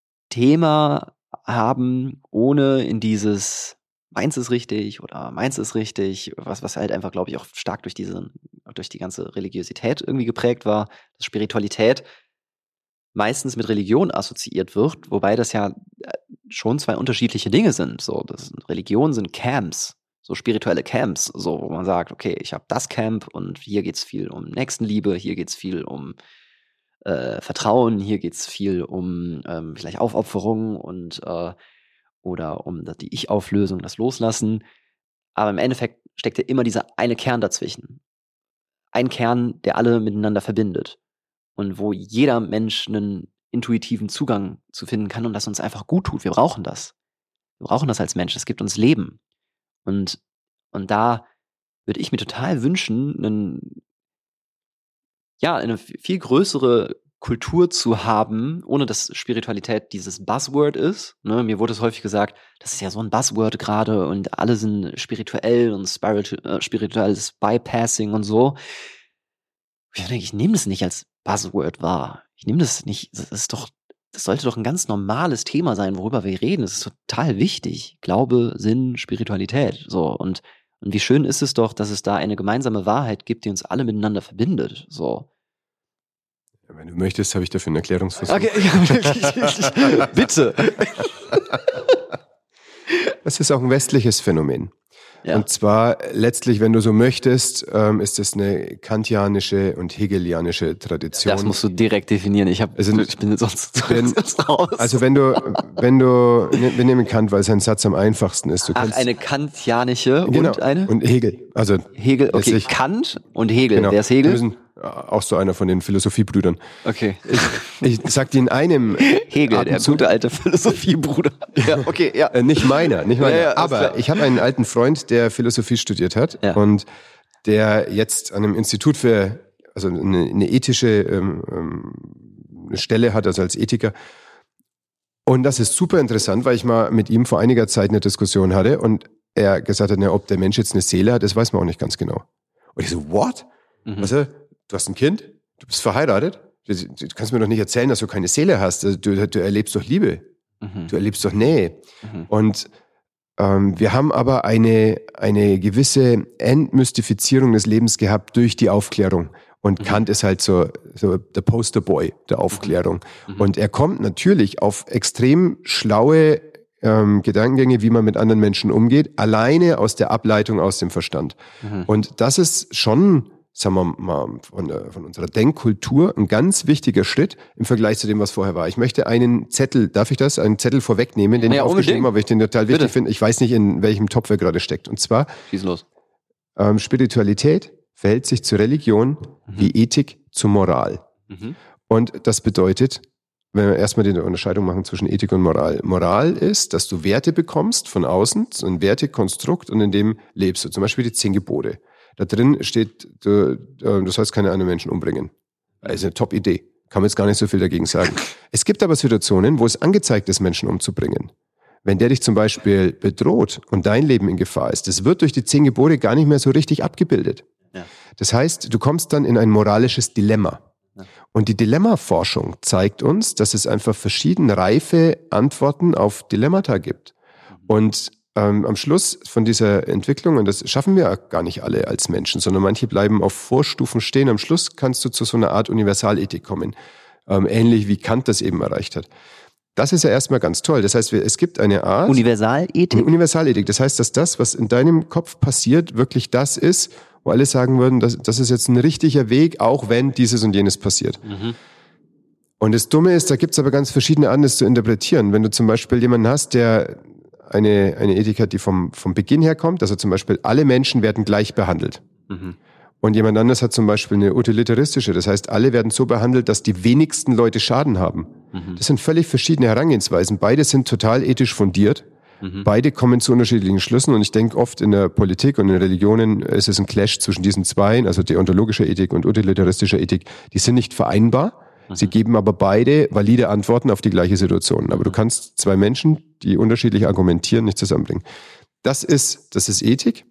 Thema haben, ohne in dieses meins ist richtig oder meins ist richtig, was, was halt einfach, glaube ich, auch stark durch diese, durch die ganze Religiosität irgendwie geprägt war, dass Spiritualität meistens mit Religion assoziiert wird, wobei das ja schon zwei unterschiedliche Dinge sind. So, das, Religionen sind Camps. So spirituelle Camps, so wo man sagt, okay, ich habe das Camp und hier geht's viel um Nächstenliebe, hier geht's viel um äh, Vertrauen, hier geht's viel um ähm, vielleicht Aufopferung und äh, oder um die Ich-Auflösung, das Loslassen. Aber im Endeffekt steckt ja immer dieser eine Kern dazwischen. Ein Kern, der alle miteinander verbindet und wo jeder Mensch einen intuitiven Zugang zu finden kann und das uns einfach gut tut. Wir brauchen das. Wir brauchen das als Mensch. Das gibt uns Leben. Und, und da würde ich mir total wünschen, einen, ja, eine viel größere Kultur zu haben, ohne dass Spiritualität dieses Buzzword ist. Ne, mir wurde es häufig gesagt, das ist ja so ein Buzzword gerade und alle sind spirituell und spiritu- äh, spirituelles Bypassing und so. Ich denke, ich nehme das nicht als Buzzword wahr. Ich nehme das nicht, das ist doch, das sollte doch ein ganz normales Thema sein, worüber wir reden. Das ist total wichtig. Glaube, Sinn, Spiritualität. So. Und, und wie schön ist es doch, dass es da eine gemeinsame Wahrheit gibt, die uns alle miteinander verbindet. So. Ja, wenn du möchtest, habe ich dafür einen Erklärungsversuch. Okay, ja, bitte. Das ist auch ein westliches Phänomen. Ja. Und zwar letztlich, wenn du so möchtest, ähm, ist es eine kantianische und hegelianische Tradition. Das musst du direkt definieren. Ich, hab, Also, ich bin sonst, wenn, sonst raus. Also wenn du, wenn du, wir nehmen Kant, weil sein Satz am einfachsten ist. Du Ach, kannst, eine kantianische genau, und eine? und Hegel. Also Hegel, okay, letztlich- Kant und Hegel. Genau. Wer ist Wir Hegel? müssen, auch so einer von den Philosophiebrüdern. Okay. Ich sag dir in einem Hegel, der Atemzug- gute alte Philosophiebruder. Ja, okay, ja. Äh, nicht meiner, nicht meiner. Ja, ja, alles Aber klar. ich habe einen alten Freund, der Philosophie studiert hat Ja. und der jetzt an einem Institut für, also eine, eine ethische ähm, ähm, eine Stelle hat, also als Ethiker. Und das ist super interessant, weil ich mal mit ihm vor einiger Zeit eine Diskussion hatte und er gesagt hat, na, ob der Mensch jetzt eine Seele hat, das weiß man auch nicht ganz genau. Und ich so, what? Mhm. Also, du hast ein Kind, du bist verheiratet, du, du kannst mir doch nicht erzählen, dass du keine Seele hast. Also, du, du erlebst doch Liebe, Mhm. du erlebst doch Nähe. Mhm. Und ähm, wir haben aber eine, eine gewisse Entmystifizierung des Lebens gehabt durch die Aufklärung. Und Mhm. Kant ist halt so, so der Posterboy der Aufklärung. Mhm. Und er kommt natürlich auf extrem schlaue ähm, Gedankengänge, wie man mit anderen Menschen umgeht, alleine aus der Ableitung aus dem Verstand. Mhm. Und das ist schon, sagen wir mal, von, der, von unserer Denkkultur ein ganz wichtiger Schritt im Vergleich zu dem, was vorher war. Ich möchte einen Zettel, darf ich das? Einen Zettel vorwegnehmen, den Ja, ich aufgeschrieben unbedingt. habe, weil ich den total wichtig Bitte. finde. Ich weiß nicht, in welchem Topf er gerade steckt. Und zwar, Schieß los. ähm, Spiritualität verhält sich zur Religion wie Ethik zur Moral. Mhm. Und das bedeutet, wenn wir erstmal die Unterscheidung machen zwischen Ethik und Moral. Moral ist, dass du Werte bekommst von außen, so ein Wertekonstrukt, und in dem lebst du. Zum Beispiel die zehn Gebote. Da drin steht, du, du sollst keine anderen Menschen umbringen. Das ist eine Top-Idee. Kann man jetzt gar nicht so viel dagegen sagen. Es gibt aber Situationen, wo es angezeigt ist, Menschen umzubringen. Wenn der dich zum Beispiel bedroht und dein Leben in Gefahr ist, das wird durch die zehn Gebote gar nicht mehr so richtig abgebildet. Ja. Das heißt, du kommst dann in ein moralisches Dilemma. Ja. Und die Dilemmaforschung zeigt uns, dass es einfach verschiedene reife Antworten auf Dilemmata gibt. Und ähm, am Schluss von dieser Entwicklung, und das schaffen wir gar nicht alle als Menschen, sondern manche bleiben auf Vorstufen stehen, am Schluss kannst du zu so einer Art Universalethik kommen. Ähm, ähnlich wie Kant das eben erreicht hat. Das ist ja erstmal ganz toll. Das heißt, wir, es gibt eine Art... Universalethik? Eine Universalethik. Das heißt, dass das, was in deinem Kopf passiert, wirklich das ist, wo alle sagen würden, das, das ist jetzt ein richtiger Weg, auch wenn dieses und jenes passiert. Mhm. Und das Dumme ist, da gibt's aber ganz verschiedene Arten, das zu interpretieren. Wenn du zum Beispiel jemanden hast, der eine, eine Ethik hat, die vom, vom Beginn her kommt, also zum Beispiel alle Menschen werden gleich behandelt. Mhm. Und jemand anderes hat zum Beispiel eine utilitaristische, das heißt, alle werden so behandelt, dass die wenigsten Leute Schaden haben. Mhm. Das sind völlig verschiedene Herangehensweisen. Beide sind total ethisch fundiert. Mhm. Beide kommen zu unterschiedlichen Schlüssen, und ich denke, oft in der Politik und in Religionen ist es ein Clash zwischen diesen zwei, also deontologischer Ethik und utilitaristischer Ethik. Die sind nicht vereinbar. Mhm. Sie geben aber beide valide Antworten auf die gleiche Situation. Aber du kannst zwei Menschen, die unterschiedlich argumentieren, nicht zusammenbringen. Das ist, das ist Ethik.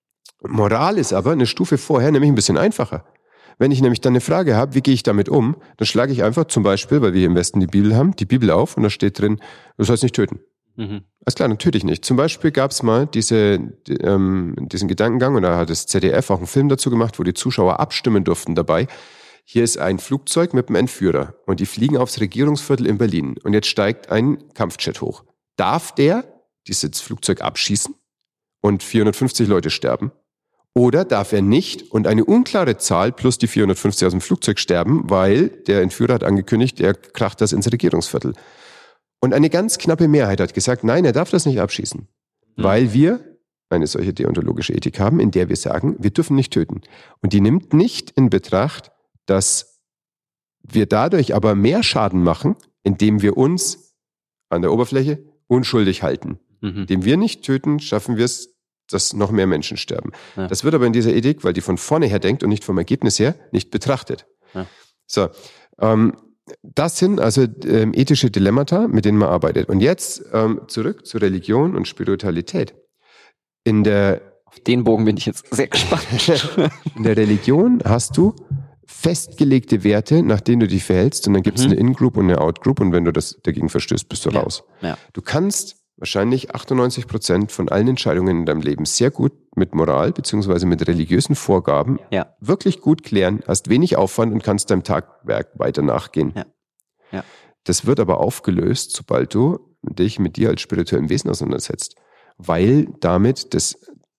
Moral ist aber eine Stufe vorher, nämlich ein bisschen einfacher. Wenn ich nämlich dann eine Frage habe, wie gehe ich damit um, dann schlage ich einfach zum Beispiel, weil wir hier im Westen die Bibel haben, die Bibel auf, und da steht drin, du sollst nicht töten. Mhm. Alles klar, natürlich nicht. Zum Beispiel gab es mal diese, die, ähm, diesen Gedankengang, und da hat das Z D F auch einen Film dazu gemacht, wo die Zuschauer abstimmen durften dabei. Hier ist ein Flugzeug mit einem Entführer und die fliegen aufs Regierungsviertel in Berlin, und jetzt steigt ein Kampfjet hoch. Darf der dieses Flugzeug abschießen und vierhundertfünfzig Leute sterben? Oder darf er nicht und eine unklare Zahl plus die vierhundertfünfzig aus dem Flugzeug sterben, weil der Entführer hat angekündigt, er kracht das ins Regierungsviertel. Und eine ganz knappe Mehrheit hat gesagt, nein, er darf das nicht abschießen, Mhm. weil wir eine solche deontologische Ethik haben, in der wir sagen, wir dürfen nicht töten. Und die nimmt nicht in Betracht, dass wir dadurch aber mehr Schaden machen, indem wir uns an der Oberfläche unschuldig halten. Mhm. Indem wir nicht töten, schaffen wir es, dass noch mehr Menschen sterben. Ja. Das wird aber in dieser Ethik, weil die von vorne her denkt und nicht vom Ergebnis her, nicht betrachtet. Ja. So, ähm, das sind also ähm, ethische Dilemmata, mit denen man arbeitet. Und jetzt ähm, zurück zu Religion und Spiritualität. In der, Auf den Bogen bin ich jetzt sehr gespannt. in der Religion hast du festgelegte Werte, nach denen du dich verhältst, und dann gibt es Mhm. eine In-Group und eine Out-Group, und wenn du das dagegen verstößt, bist du Ja. raus. Ja. Du kannst wahrscheinlich achtundneunzig Prozent von allen Entscheidungen in deinem Leben sehr gut mit Moral beziehungsweise mit religiösen Vorgaben Ja. wirklich gut klären, hast wenig Aufwand und kannst deinem Tagwerk weiter nachgehen. Ja. Ja. Das wird aber aufgelöst, sobald du dich mit dir als spirituellem Wesen auseinandersetzt, weil damit das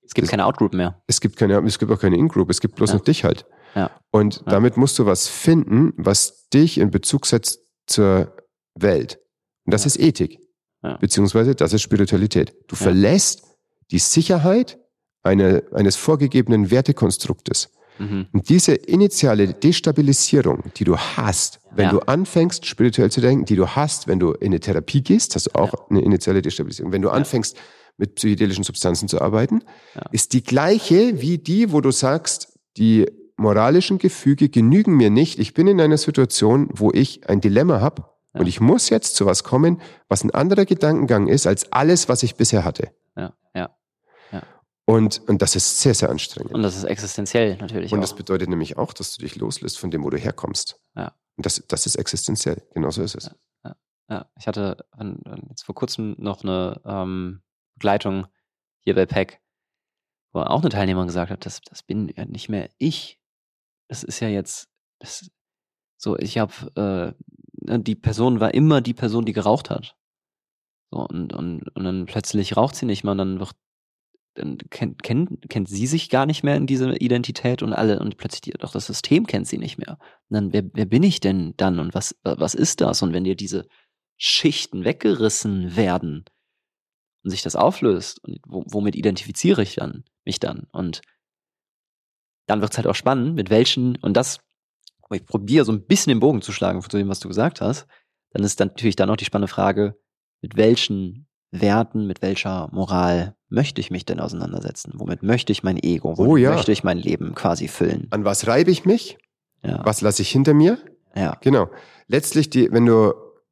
Es gibt das, keine Outgroup mehr. Es gibt keine, es gibt auch keine In-Group, es gibt bloß ja. noch dich halt. Ja. Und ja. damit musst du was finden, was dich in Bezug setzt zur Welt. Und das ja. ist Ethik. Ja. Beziehungsweise das ist Spiritualität. Du ja. verlässt die Sicherheit eine, eines vorgegebenen Wertekonstruktes. Mhm. Und diese initiale Destabilisierung, die du hast, wenn ja. du anfängst, spirituell zu denken, die du hast, wenn du in eine Therapie gehst, hast du auch ja. eine initiale Destabilisierung. Wenn du ja. anfängst, mit psychedelischen Substanzen zu arbeiten, ja. ist die gleiche wie die, wo du sagst, die moralischen Gefüge genügen mir nicht. Ich bin in einer Situation, wo ich ein Dilemma habe ja. und ich muss jetzt zu was kommen, was ein anderer Gedankengang ist, als alles, was ich bisher hatte. Ja, ja. ja. Und, und das ist sehr, sehr anstrengend. Und das ist existenziell natürlich Und auch. das bedeutet nämlich auch, dass du dich loslässt von dem, wo du herkommst. Ja. Und das, das ist existenziell. Genauso ist es. Ja, ja, ja. Ich hatte jetzt vor kurzem noch eine ähm, Begleitung hier bei P E C, wo auch eine Teilnehmerin gesagt hat, das, das bin ja nicht mehr ich. Das ist ja jetzt das, so, ich habe äh, die Person war immer die Person, die geraucht hat. So, und, und, und dann plötzlich raucht sie nicht mehr und dann wird dann kennt, kennt, kennt sie sich gar nicht mehr in diese Identität und alle und plötzlich die, doch das System kennt sie nicht mehr. Und dann, wer, wer bin ich denn dann und was, was ist das? Und wenn dir diese Schichten weggerissen werden und sich das auflöst, und wo, womit identifiziere ich dann mich dann? Und dann wird es halt auch spannend, mit welchen, und das, ich probiere so ein bisschen den Bogen zu schlagen zu dem, was du gesagt hast, dann ist dann natürlich dann auch die spannende Frage, mit welchen Werten, mit welcher Moral möchte ich mich denn auseinandersetzen? Womit möchte ich mein Ego, womit oh, ja. möchte ich mein Leben quasi füllen? An was reibe ich mich? Ja. Was lasse ich hinter mir? Ja. Genau. Letztlich, die, wenn du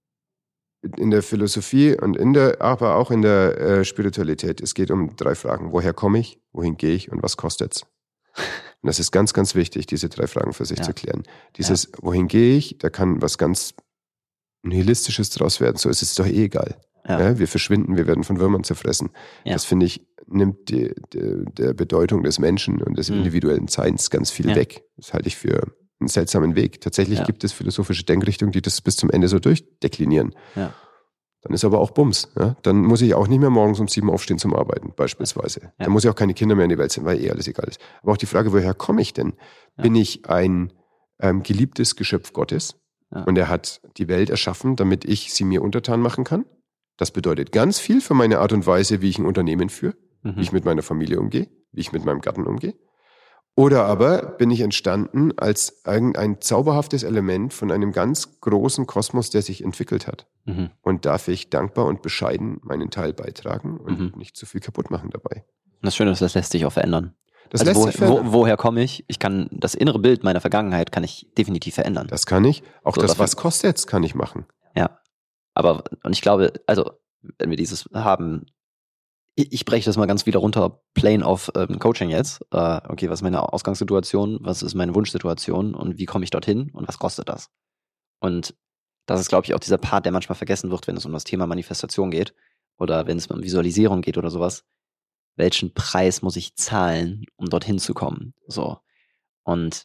in der Philosophie und in der, aber auch in der äh, Spiritualität, es geht um drei Fragen. Woher komme ich? Wohin gehe ich? Und was kostet's? Und das ist ganz, ganz wichtig, diese drei Fragen für sich ja. zu klären. Dieses, ja. wohin gehe ich? Da kann was ganz Nihilistisches draus werden. So ist es doch eh egal. Ja. Ja, wir verschwinden, wir werden von Würmern zerfressen. Ja. Das, finde ich, nimmt die, die, der Bedeutung des Menschen und des mhm. individuellen Seins ganz viel ja. weg. Das halte ich für einen seltsamen Weg. Tatsächlich ja. gibt es philosophische Denkrichtungen, die das bis zum Ende so durchdeklinieren. Ja. Dann ist aber auch Bums. Ja? Dann muss ich auch nicht mehr morgens um sieben aufstehen zum Arbeiten, beispielsweise. Ja. Dann muss ich auch keine Kinder mehr in die Welt senden, weil eh alles egal ist. Aber auch die Frage, woher komme ich denn? Ja. Bin ich ein ähm, geliebtes Geschöpf Gottes? Ja. Und er hat die Welt erschaffen, damit ich sie mir untertan machen kann? Das bedeutet ganz viel für meine Art und Weise, wie ich ein Unternehmen führe, mhm. wie ich mit meiner Familie umgehe, wie ich mit meinem Gatten umgehe. Oder aber bin ich entstanden als irgendein zauberhaftes Element von einem ganz großen Kosmos, der sich entwickelt hat. Mhm. Und darf ich dankbar und bescheiden meinen Teil beitragen und mhm. nicht zu viel kaputt machen dabei. Das Schöne ist, das lässt sich auch verändern. Das also lässt wo, sich verändern. Wo, woher komme ich? Ich kann das innere Bild meiner Vergangenheit kann ich definitiv verändern. Das kann ich. Auch so, das, dafür, was kostet, kann ich machen. Ja. Aber, und ich glaube, also, wenn wir dieses haben, ich, ich breche das mal ganz wieder runter, Plane of ähm, Coaching jetzt. Äh, okay, was ist meine Ausgangssituation? Was ist meine Wunschsituation? Und wie komme ich dorthin? Und was kostet das? Und das ist, glaube ich, auch dieser Part, der manchmal vergessen wird, wenn es um das Thema Manifestation geht oder wenn es um Visualisierung geht oder sowas. Welchen Preis muss ich zahlen, um dorthin zu kommen? So. Und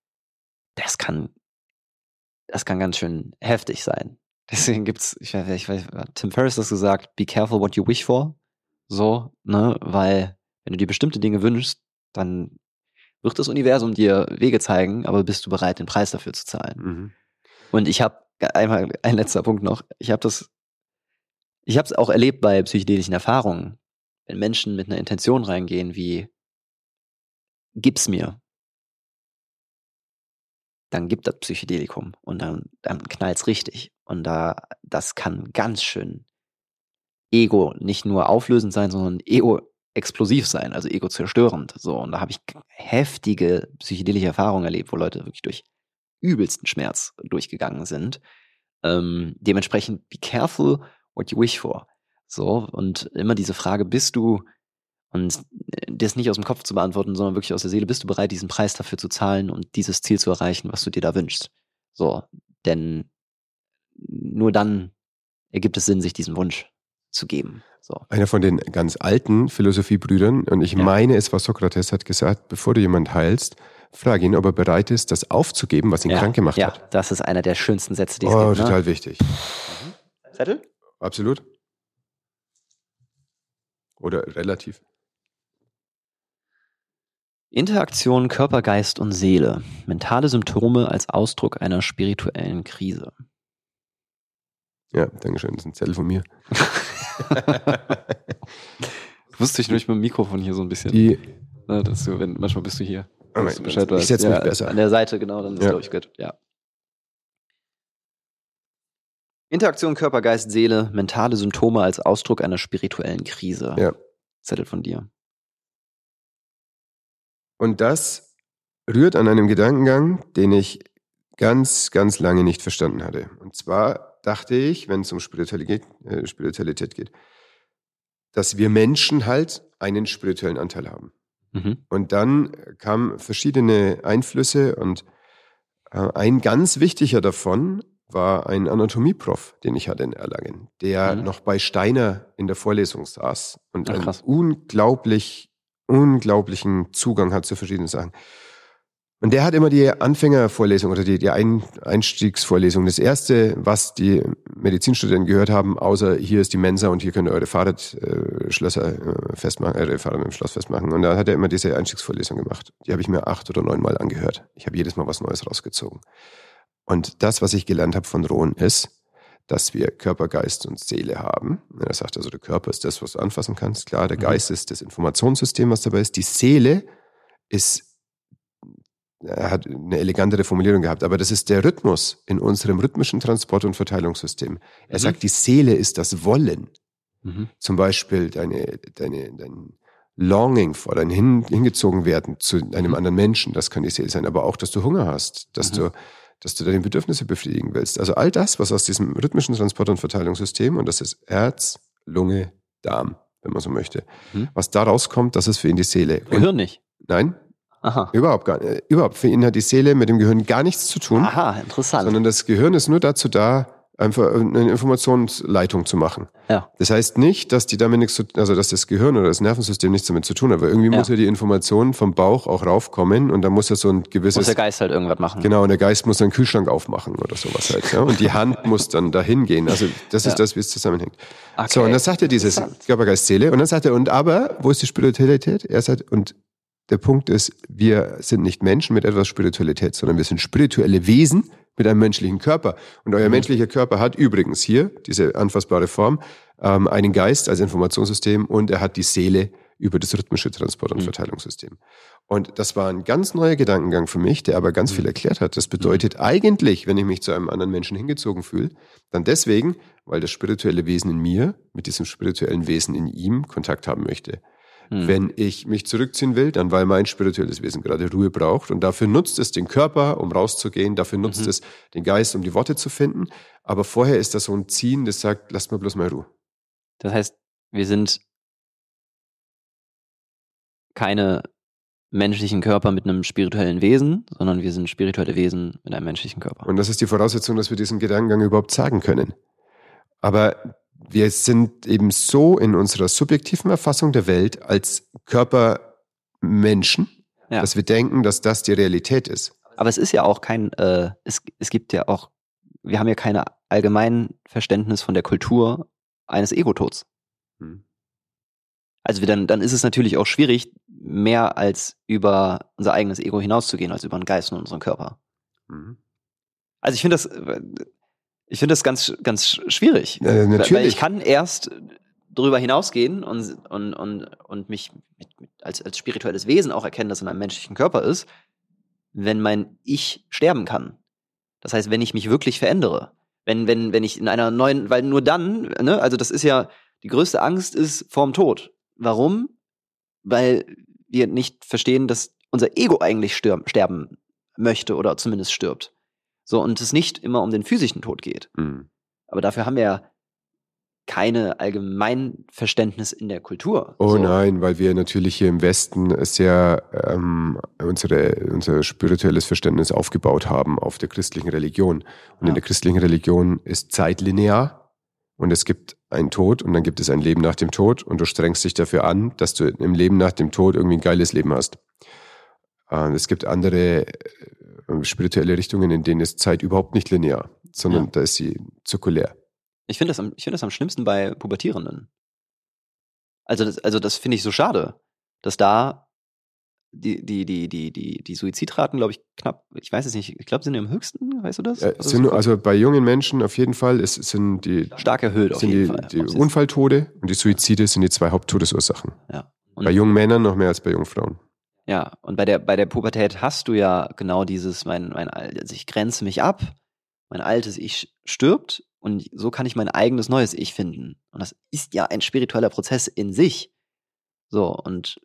das kann, das kann ganz schön heftig sein. Deswegen gibt's, ich weiß, ich weiß, Tim Ferriss hat das gesagt, be careful what you wish for. So, ne, weil wenn du dir bestimmte Dinge wünschst, dann wird das Universum dir Wege zeigen, aber bist du bereit, den Preis dafür zu zahlen? Mhm. Und ich habe einmal, ein letzter Punkt noch, ich habe das, ich habe es auch erlebt bei psychedelischen Erfahrungen, wenn Menschen mit einer Intention reingehen wie, gib's mir, dann gibt das Psychedelikum und dann, dann knallt's richtig. Und da, das kann ganz schön Ego nicht nur auflösend sein, sondern Ego-explosiv sein, also ego-zerstörend. So, und da habe ich heftige psychedelische Erfahrungen erlebt, wo Leute wirklich durch übelsten Schmerz durchgegangen sind. Ähm, dementsprechend, be careful what you wish for. So, und immer diese Frage, bist du, und das nicht aus dem Kopf zu beantworten, sondern wirklich aus der Seele, bist du bereit, diesen Preis dafür zu zahlen und dieses Ziel zu erreichen, was du dir da wünschst? So, denn nur dann ergibt es Sinn, sich diesen Wunsch zu geben. So. Einer von den ganz alten Philosophiebrüdern, und ich ja. meine, es war Sokrates, hat gesagt, bevor du jemanden heilst, frage ihn, ob er bereit ist, das aufzugeben, was ihn ja. krank gemacht ja. hat. Ja, das ist einer der schönsten Sätze, die es oh, gibt. Total ne? wichtig. Mhm. Zettel? Absolut. Oder relativ. Interaktion Körper, Geist und Seele. Mentale Symptome als Ausdruck einer spirituellen Krise. Ja, danke schön. Das ist ein Zettel von mir. Wusste ich nur nicht mit dem Mikrofon hier so ein bisschen. Die, Na, dass du, wenn, manchmal bist du hier. Oh dass mein, du Bescheid ich weißt. setze mich Ja, besser. An der Seite, genau, dann ist Ja. glaube ich gut. Ja. Interaktion Körper, Geist, Seele. Mentale Symptome als Ausdruck einer spirituellen Krise. Ja. Zettel von dir. Und das rührt an einem Gedankengang, den ich ganz, ganz lange nicht verstanden hatte. Und zwar dachte ich, wenn es um Spiritualität, äh, Spiritualität geht, dass wir Menschen halt einen spirituellen Anteil haben. Mhm. Und dann kamen verschiedene Einflüsse und äh, ein ganz wichtiger davon war ein Anatomieprof, den ich hatte in Erlangen, der Mhm. noch bei Steiner in der Vorlesung saß und Ach, einen krass. unglaublich, unglaublichen Zugang hat zu verschiedenen Sachen. Und der hat immer die Anfängervorlesung oder die, die Ein Einstiegsvorlesung. Das erste, was die Medizinstudenten gehört haben, außer hier ist die Mensa und hier könnt ihr eure Fahrradschlösser äh, festmachen, eure Fahrrad mit dem Schloss festmachen. Und da hat er immer diese Einstiegsvorlesung gemacht. Die habe ich mir acht oder neun Mal angehört. Ich habe jedes Mal was Neues rausgezogen. Und das, was ich gelernt habe von Rohn, ist, dass wir Körper, Geist und Seele haben. Er sagt also, der Körper ist das, was du anfassen kannst. Klar, der Mhm. Geist ist das Informationssystem, was dabei ist. Die Seele ist, er hat eine elegantere Formulierung gehabt, aber das ist der Rhythmus in unserem rhythmischen Transport- und Verteilungssystem. Er Mhm. sagt, die Seele ist das Wollen. Mhm. Zum Beispiel deine, deine, dein Longing vor, dein Hin, hingezogen werden zu einem Mhm. anderen Menschen, das kann die Seele sein, aber auch, dass du Hunger hast, dass Mhm. du, dass du deine Bedürfnisse befriedigen willst. Also all das, was aus diesem rhythmischen Transport- und Verteilungssystem, und das ist Herz, Lunge, Darm, wenn man so möchte, Mhm. was da rauskommt, das ist für ihn die Seele. Und Gehirn nicht. nein, Aha. überhaupt gar nicht. Überhaupt, für ihn hat die Seele mit dem Gehirn gar nichts zu tun, Aha, interessant. sondern das Gehirn ist nur dazu da, einfach eine Informationsleitung zu machen. Ja. Das heißt nicht, dass die damit nichts zu, also dass das Gehirn oder das Nervensystem nichts damit zu tun hat, weil irgendwie Ja. muss ja die Information vom Bauch auch raufkommen und da muss ja so ein gewisses, Muss der Geist halt irgendwas machen. genau, und der Geist muss dann einen Kühlschrank aufmachen oder sowas halt, ja, und die Hand muss dann dahin gehen. Also das ist Ja. das, wie es zusammenhängt. Okay. So, und dann sagt er dieses Interessant. Körper, Geist, Seele und dann sagt er, und aber, wo ist die Spiritualität? Er sagt, und der Punkt ist, wir sind nicht Menschen mit etwas Spiritualität, sondern wir sind spirituelle Wesen mit einem menschlichen Körper. Und euer Mhm. menschlicher Körper hat übrigens hier, diese anfassbare Form, ähm, einen Geist als Informationssystem und er hat die Seele über das rhythmische Transport- und Mhm. Verteilungssystem. Und das war ein ganz neuer Gedankengang für mich, der aber ganz Mhm. viel erklärt hat. Das bedeutet eigentlich, wenn ich mich zu einem anderen Menschen hingezogen fühle, dann deswegen, weil das spirituelle Wesen in mir mit diesem spirituellen Wesen in ihm Kontakt haben möchte. Hm. Wenn ich mich zurückziehen will, dann weil mein spirituelles Wesen gerade Ruhe braucht und dafür nutzt es den Körper, um rauszugehen, dafür nutzt Mhm. es den Geist, um die Worte zu finden, aber vorher ist das so ein Ziehen, das sagt, lasst mal bloß mal Ruhe. Das heißt, wir sind keine menschlichen Körper mit einem spirituellen Wesen, sondern wir sind spirituelle Wesen mit einem menschlichen Körper. Und das ist die Voraussetzung, dass wir diesen Gedankengang überhaupt sagen können. Aber wir sind eben so in unserer subjektiven Erfassung der Welt als Körpermenschen, Ja. dass wir denken, dass das die Realität ist. Aber es ist ja auch kein, äh, es, es gibt ja auch, wir haben ja kein allgemein Verständnis von der Kultur eines Egotods. Hm. Also wir dann, dann ist es natürlich auch schwierig, mehr als über unser eigenes Ego hinauszugehen, als über den Geist und unseren Körper. Mhm. Also ich finde das, ich finde das ganz, ganz schwierig. Äh, natürlich. Weil ich kann erst darüber hinausgehen und, und, und, und mich mit, mit, als, als spirituelles Wesen auch erkennen, dass in einem menschlichen Körper ist, wenn mein Ich sterben kann. Das heißt, wenn ich mich wirklich verändere. Wenn, wenn, wenn ich in einer neuen, weil nur dann, ne, also das ist ja, die größte Angst ist vorm Tod. Warum? Weil wir nicht verstehen, dass unser Ego eigentlich stirb, sterben möchte oder zumindest stirbt. So, und es nicht immer um den physischen Tod geht. Mhm. Aber dafür haben wir ja keine Allgemeinverständnis in der Kultur. Oh so. nein, weil wir natürlich hier im Westen sehr ähm, unsere, unser spirituelles Verständnis aufgebaut haben auf der christlichen Religion. Und Ja. in der christlichen Religion ist Zeit linear und es gibt einen Tod und dann gibt es ein Leben nach dem Tod und du strengst dich dafür an, dass du im Leben nach dem Tod irgendwie ein geiles Leben hast. Äh, es gibt andere äh, spirituelle Richtungen, in denen ist Zeit überhaupt nicht linear, sondern Ja. da ist sie zirkulär. Ich finde das, am- ich finde das am schlimmsten bei Pubertierenden. Also das, also das finde ich so schade, dass da die, die, die, die, die, die Suizidraten, glaube ich, knapp, ich weiß es nicht, ich glaube, sind am höchsten, weißt du das? Äh, sind, so also bei jungen Menschen auf jeden Fall ist, sind die, stark erhöht auf sind jeden die, Fall. die Unfalltode und die Suizide sind die zwei Haupttodesursachen. Ja. Und bei jungen Männern noch mehr als bei jungen Frauen. Ja, und bei der, bei der Pubertät hast du ja genau dieses, mein, mein, also ich grenze mich ab, mein altes Ich stirbt und so kann ich mein eigenes neues Ich finden. Und das ist ja ein spiritueller Prozess in sich. So, und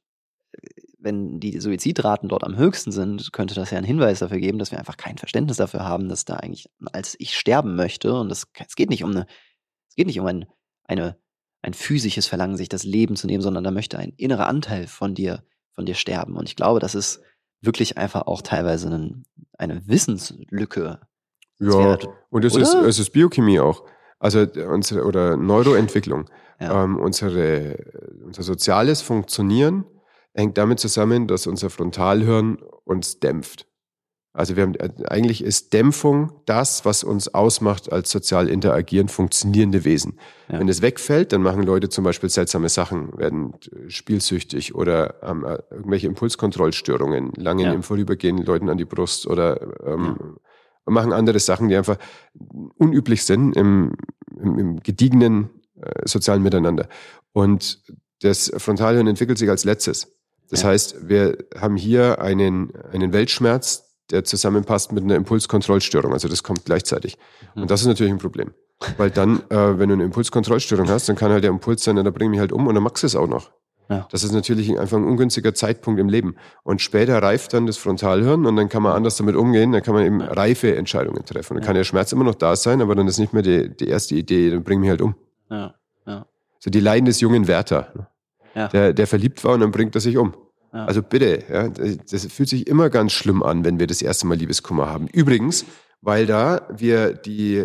wenn die Suizidraten dort am höchsten sind, könnte das ja einen Hinweis dafür geben, dass wir einfach kein Verständnis dafür haben, dass da eigentlich ein altes Ich sterben möchte. Und das, es geht nicht um eine, es geht nicht um ein, eine, ein physisches Verlangen, sich das Leben zu nehmen, sondern da möchte ein innerer Anteil von dir, von dir sterben. Und ich glaube, das ist wirklich einfach auch teilweise eine, eine Wissenslücke. Das Ja, wäre, und es oder? ist, es ist Biochemie auch. Also unsere, oder Neuroentwicklung. Ja. Ähm, unsere, unser soziales Funktionieren hängt damit zusammen, dass unser Frontalhirn uns dämpft. Also wir haben, eigentlich ist Dämpfung das, was uns ausmacht als sozial interagierend funktionierende Wesen. Ja. Wenn es wegfällt, dann machen Leute zum Beispiel seltsame Sachen, werden spielsüchtig oder haben äh, irgendwelche Impulskontrollstörungen, langen Ja. im Vorübergehen Leuten an die Brust oder ähm, ja. machen andere Sachen, die einfach unüblich sind im, im, im gediegenen äh, sozialen Miteinander. Und das Frontalhirn entwickelt sich als letztes. Das Ja. heißt, wir haben hier einen, einen Weltschmerz, der zusammenpasst mit einer Impulskontrollstörung. Also das kommt gleichzeitig. Mhm. Und das ist natürlich ein Problem. Weil dann, äh, wenn du eine Impulskontrollstörung hast, dann kann halt der Impuls sein, da bring ich mich halt um und dann magst du es auch noch. Ja. Das ist natürlich einfach ein ungünstiger Zeitpunkt im Leben. Und später reift dann das Frontalhirn und dann kann man anders damit umgehen, dann kann man eben reife Entscheidungen treffen. Und dann Ja. kann der Schmerz immer noch da sein, aber dann ist nicht mehr die, die erste Idee, dann bring ich mich halt um. Ja. Ja. So die Leiden des jungen Werther, Ja. der, der verliebt war und dann bringt er sich um. Ja. Also bitte, ja, das fühlt sich immer ganz schlimm an, wenn wir das erste Mal Liebeskummer haben. Übrigens, weil da wir die,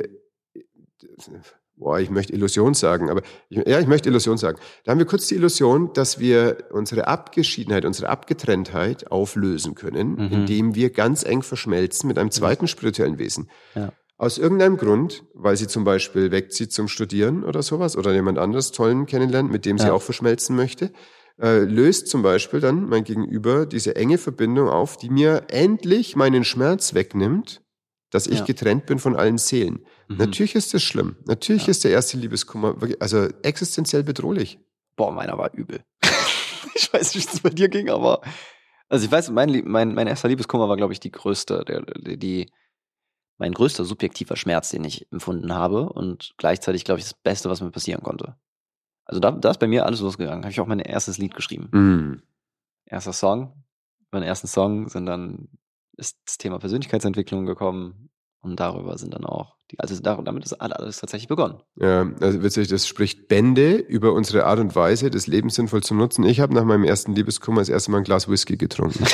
boah, ich möchte Illusion sagen, aber ich, ja, ich möchte Illusion sagen. Da haben wir kurz die Illusion, dass wir unsere Abgeschiedenheit, unsere Abgetrenntheit auflösen können, Mhm. indem wir ganz eng verschmelzen mit einem zweiten spirituellen Wesen. Ja. Aus irgendeinem Grund, weil sie zum Beispiel wegzieht zum Studieren oder sowas oder jemand anderes Tollen kennenlernt, mit dem sie Ja. auch verschmelzen möchte, äh, löst zum Beispiel dann mein Gegenüber diese enge Verbindung auf, die mir endlich meinen Schmerz wegnimmt, dass ich Ja. getrennt bin von allen Seelen. Mhm. Natürlich ist das schlimm. Natürlich Ja. ist der erste Liebeskummer wirklich, also existenziell bedrohlich. Boah, meiner war übel. Ich weiß nicht, wie es bei dir ging, aber also ich weiß, mein, Lieb- mein, mein erster Liebeskummer war, glaube ich, die größte, der, die, die, mein größter subjektiver Schmerz, den ich empfunden habe und gleichzeitig, glaube ich, das Beste, was mir passieren konnte. Also da, da ist bei mir alles losgegangen. Habe ich auch mein erstes Lied geschrieben. Mhm. Erster Song. Beim ersten Song sind dann ist das Thema Persönlichkeitsentwicklung gekommen und darüber sind dann auch die, also da, damit ist alles tatsächlich begonnen. Ja, also witzig, das spricht Bände über unsere Art und Weise, das Leben sinnvoll zu nutzen. Ich habe nach meinem ersten Liebeskummer das erste Mal ein Glas Whisky getrunken.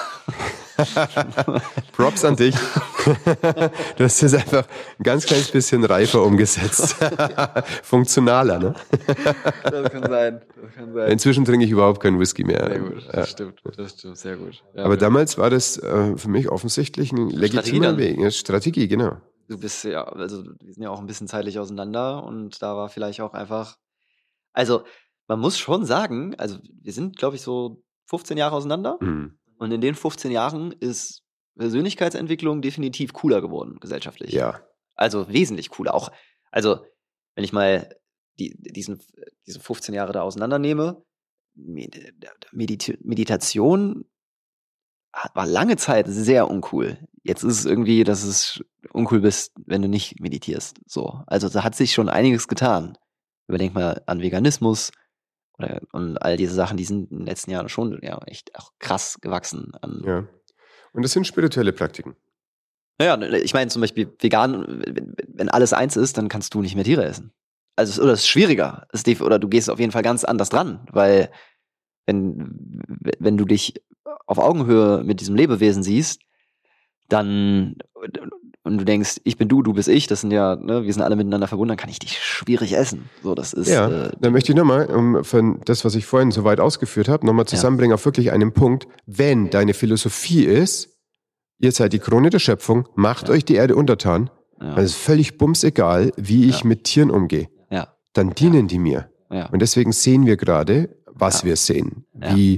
Props an dich. Du hast es einfach ein ganz kleines bisschen reifer umgesetzt. Funktionaler, ne? Das kann sein. Das kann sein. Inzwischen trinke ich überhaupt keinen Whisky mehr. Sehr gut, das Ja. stimmt, das stimmt, sehr gut. Ja, Aber damals war das äh, für mich offensichtlich ein legitimer dann. Weg. Eine Strategie, genau. du bist ja, also wir sind ja auch ein bisschen zeitlich auseinander und da war vielleicht auch einfach, also man muss schon sagen, also wir sind, glaube ich, so fünfzehn Jahre auseinander Mhm. und in den fünfzehn Jahren ist Persönlichkeitsentwicklung definitiv cooler geworden, gesellschaftlich. Ja. Also wesentlich cooler. Auch, also, wenn ich mal die, diesen, diese fünfzehn Jahre da auseinandernehme, Med- Medita- Meditation hat- war lange Zeit sehr uncool. Jetzt ist es irgendwie, dass es uncool bist, wenn du nicht meditierst. So. Also da hat sich schon einiges getan. Überdenk mal an Veganismus oder und all diese Sachen, die sind in den letzten Jahren schon ja, echt auch krass gewachsen. An, Ja. Und das sind spirituelle Praktiken. Ja, ich meine zum Beispiel vegan, wenn, wenn alles eins ist, dann kannst du nicht mehr Tiere essen. Also es- oder es ist schwieriger. Es ist def- oder du gehst auf jeden Fall ganz anders dran, weil wenn, wenn du dich auf Augenhöhe mit diesem Lebewesen siehst, dann und du denkst, ich bin du, du bist ich, das sind ja, ne, wir sind alle miteinander verbunden, dann kann ich dich schwierig essen. So, das ist Ja, äh, dann möchte ich nochmal, um von das, was ich vorhin so weit ausgeführt habe, nochmal zusammenbringen auf wirklich einen Punkt. Wenn deine Philosophie ist, ihr seid die Krone der Schöpfung, macht Ja. euch die Erde untertan, ja, dann ist völlig bumsegal, wie ich Ja. mit Tieren umgehe. ja, Dann dienen die mir. ja, Und deswegen sehen wir gerade, was Ja. wir sehen. Ja. Wie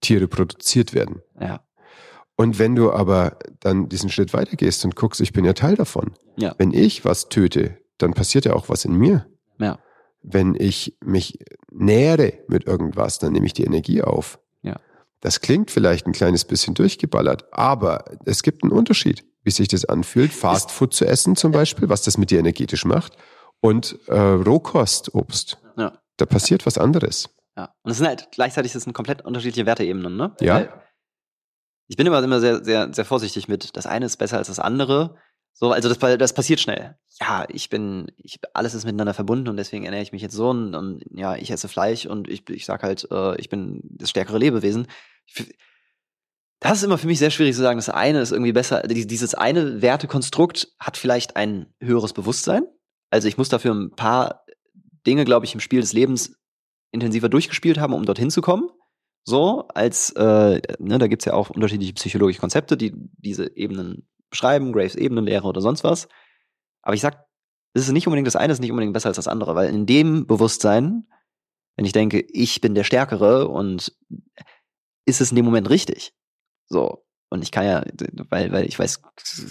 Tiere produziert werden. Ja. Und wenn du aber dann diesen Schritt weitergehst und guckst, ich bin ja Teil davon. Ja. Wenn ich was töte, dann passiert ja auch was in mir. Ja. Wenn ich mich nähere mit irgendwas, dann nehme ich die Energie auf. Ja. Das klingt vielleicht ein kleines bisschen durchgeballert, aber es gibt einen Unterschied, wie sich das anfühlt, Fastfood zu essen zum Beispiel, was das mit dir energetisch macht, und äh, Rohkostobst. Ja. Da passiert was anderes. Ja. Und es sind halt gleichzeitig das sind komplett unterschiedliche Werteebenen, ne? Ja. Weil ich bin immer, immer sehr, sehr, sehr vorsichtig mit, das eine ist besser als das andere. So, also das, das passiert schnell. Ja, ich bin, ich, alles ist miteinander verbunden und deswegen ernähre ich mich jetzt so und, und ja, ich esse Fleisch und ich, ich sag halt, äh, ich bin das stärkere Lebewesen. Ich, das ist immer für mich sehr schwierig zu sagen, das eine ist irgendwie besser. Dieses eine Wertekonstrukt hat vielleicht ein höheres Bewusstsein. Also ich muss dafür ein paar Dinge, glaube ich, im Spiel des Lebens intensiver durchgespielt haben, um dorthin zu kommen. So, als, äh, ne, da gibt's ja auch unterschiedliche psychologische Konzepte, die diese Ebenen beschreiben, Graves Ebenenlehre oder sonst was. Aber ich sag, es ist nicht unbedingt das eine, ist nicht unbedingt besser als das andere, weil in dem Bewusstsein, wenn ich denke, ich bin der Stärkere und ist es in dem Moment richtig. So. Und ich kann ja, weil, weil ich weiß,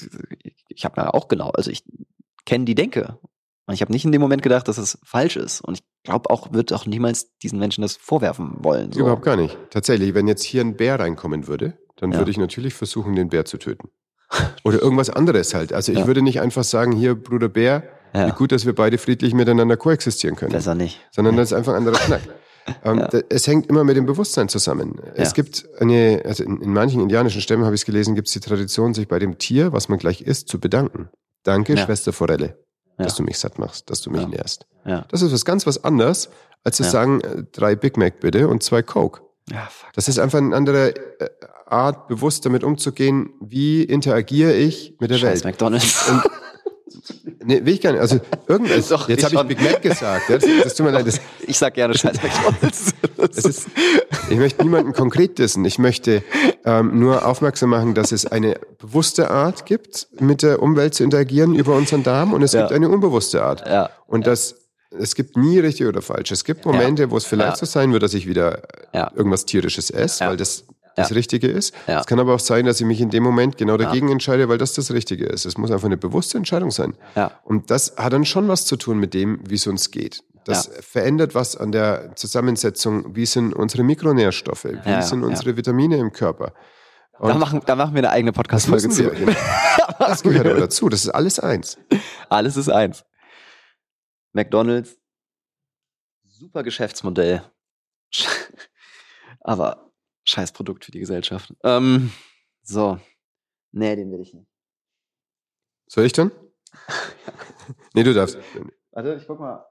ich habe ja auch genau, also ich kenne die Denke. Und ich habe nicht in dem Moment gedacht, dass es falsch ist. Und ich glaube auch, wird auch niemals diesen Menschen das vorwerfen wollen. So. Überhaupt gar nicht. Tatsächlich, wenn jetzt hier ein Bär reinkommen würde, dann Ja. würde ich natürlich versuchen, den Bär zu töten. Oder irgendwas anderes halt. Also ich Ja. würde nicht einfach sagen, hier, Bruder Bär, Ja. wie gut, dass wir beide friedlich miteinander koexistieren können. Besser nicht. Sondern das ist einfach ein anderer Knack. Ähm, Ja. da, es hängt immer mit dem Bewusstsein zusammen. Es Ja. gibt eine, also in, in manchen indianischen Stämmen habe ich es gelesen, gibt es die Tradition, sich bei dem Tier, was man gleich isst, zu bedanken. Danke, Ja. Schwester Forelle, Ja. dass du mich satt machst, dass du mich Ja. nährst. Ja. Das ist was ganz was anderes, als zu Ja. sagen, äh, drei Big Mac bitte und zwei Coke. Ja, fuck. Das ist einfach eine andere äh, Art, bewusst damit umzugehen, wie interagiere ich mit der Scheiß Welt. McDonald's. Und, nee, will ich gar nicht. Also irgendwas. Doch, Jetzt ich habe ich schon. Big Mac gesagt. Ja, das, das tut mir leid. Das, Ich sag gerne Scheiß McDonald's. das ist, ich möchte niemanden konkret dissen. Ich möchte ähm, nur aufmerksam machen, dass es eine bewusste Art gibt, mit der Umwelt zu interagieren über unseren Darm, und es Ja. gibt eine unbewusste Art. Ja. Und das es gibt nie richtig oder falsch. Es gibt Momente, wo es vielleicht Ja. so sein wird, dass ich wieder Ja. irgendwas Tierisches esse, Ja. weil das das Ja. Richtige ist. Ja. Es kann aber auch sein, dass ich mich in dem Moment genau dagegen entscheide, weil das das Richtige ist. Es muss einfach eine bewusste Entscheidung sein. Ja. Und das hat dann schon was zu tun mit dem, wie es uns geht. Das Ja. verändert was an der Zusammensetzung. Wie sind unsere Mikronährstoffe? Wie Ja, sind ja. unsere Vitamine im Körper? Da machen, da machen wir eine eigene Das Podcast-Folge müssen zu. wir. Das gehört aber dazu. Das ist alles eins. Alles ist eins. McDonald's, super Geschäftsmodell. Aber scheiß Produkt für die Gesellschaft. Ähm, so. Nee, den will ich nicht. Soll ich dann? Nee, du darfst. Warte, ich guck mal.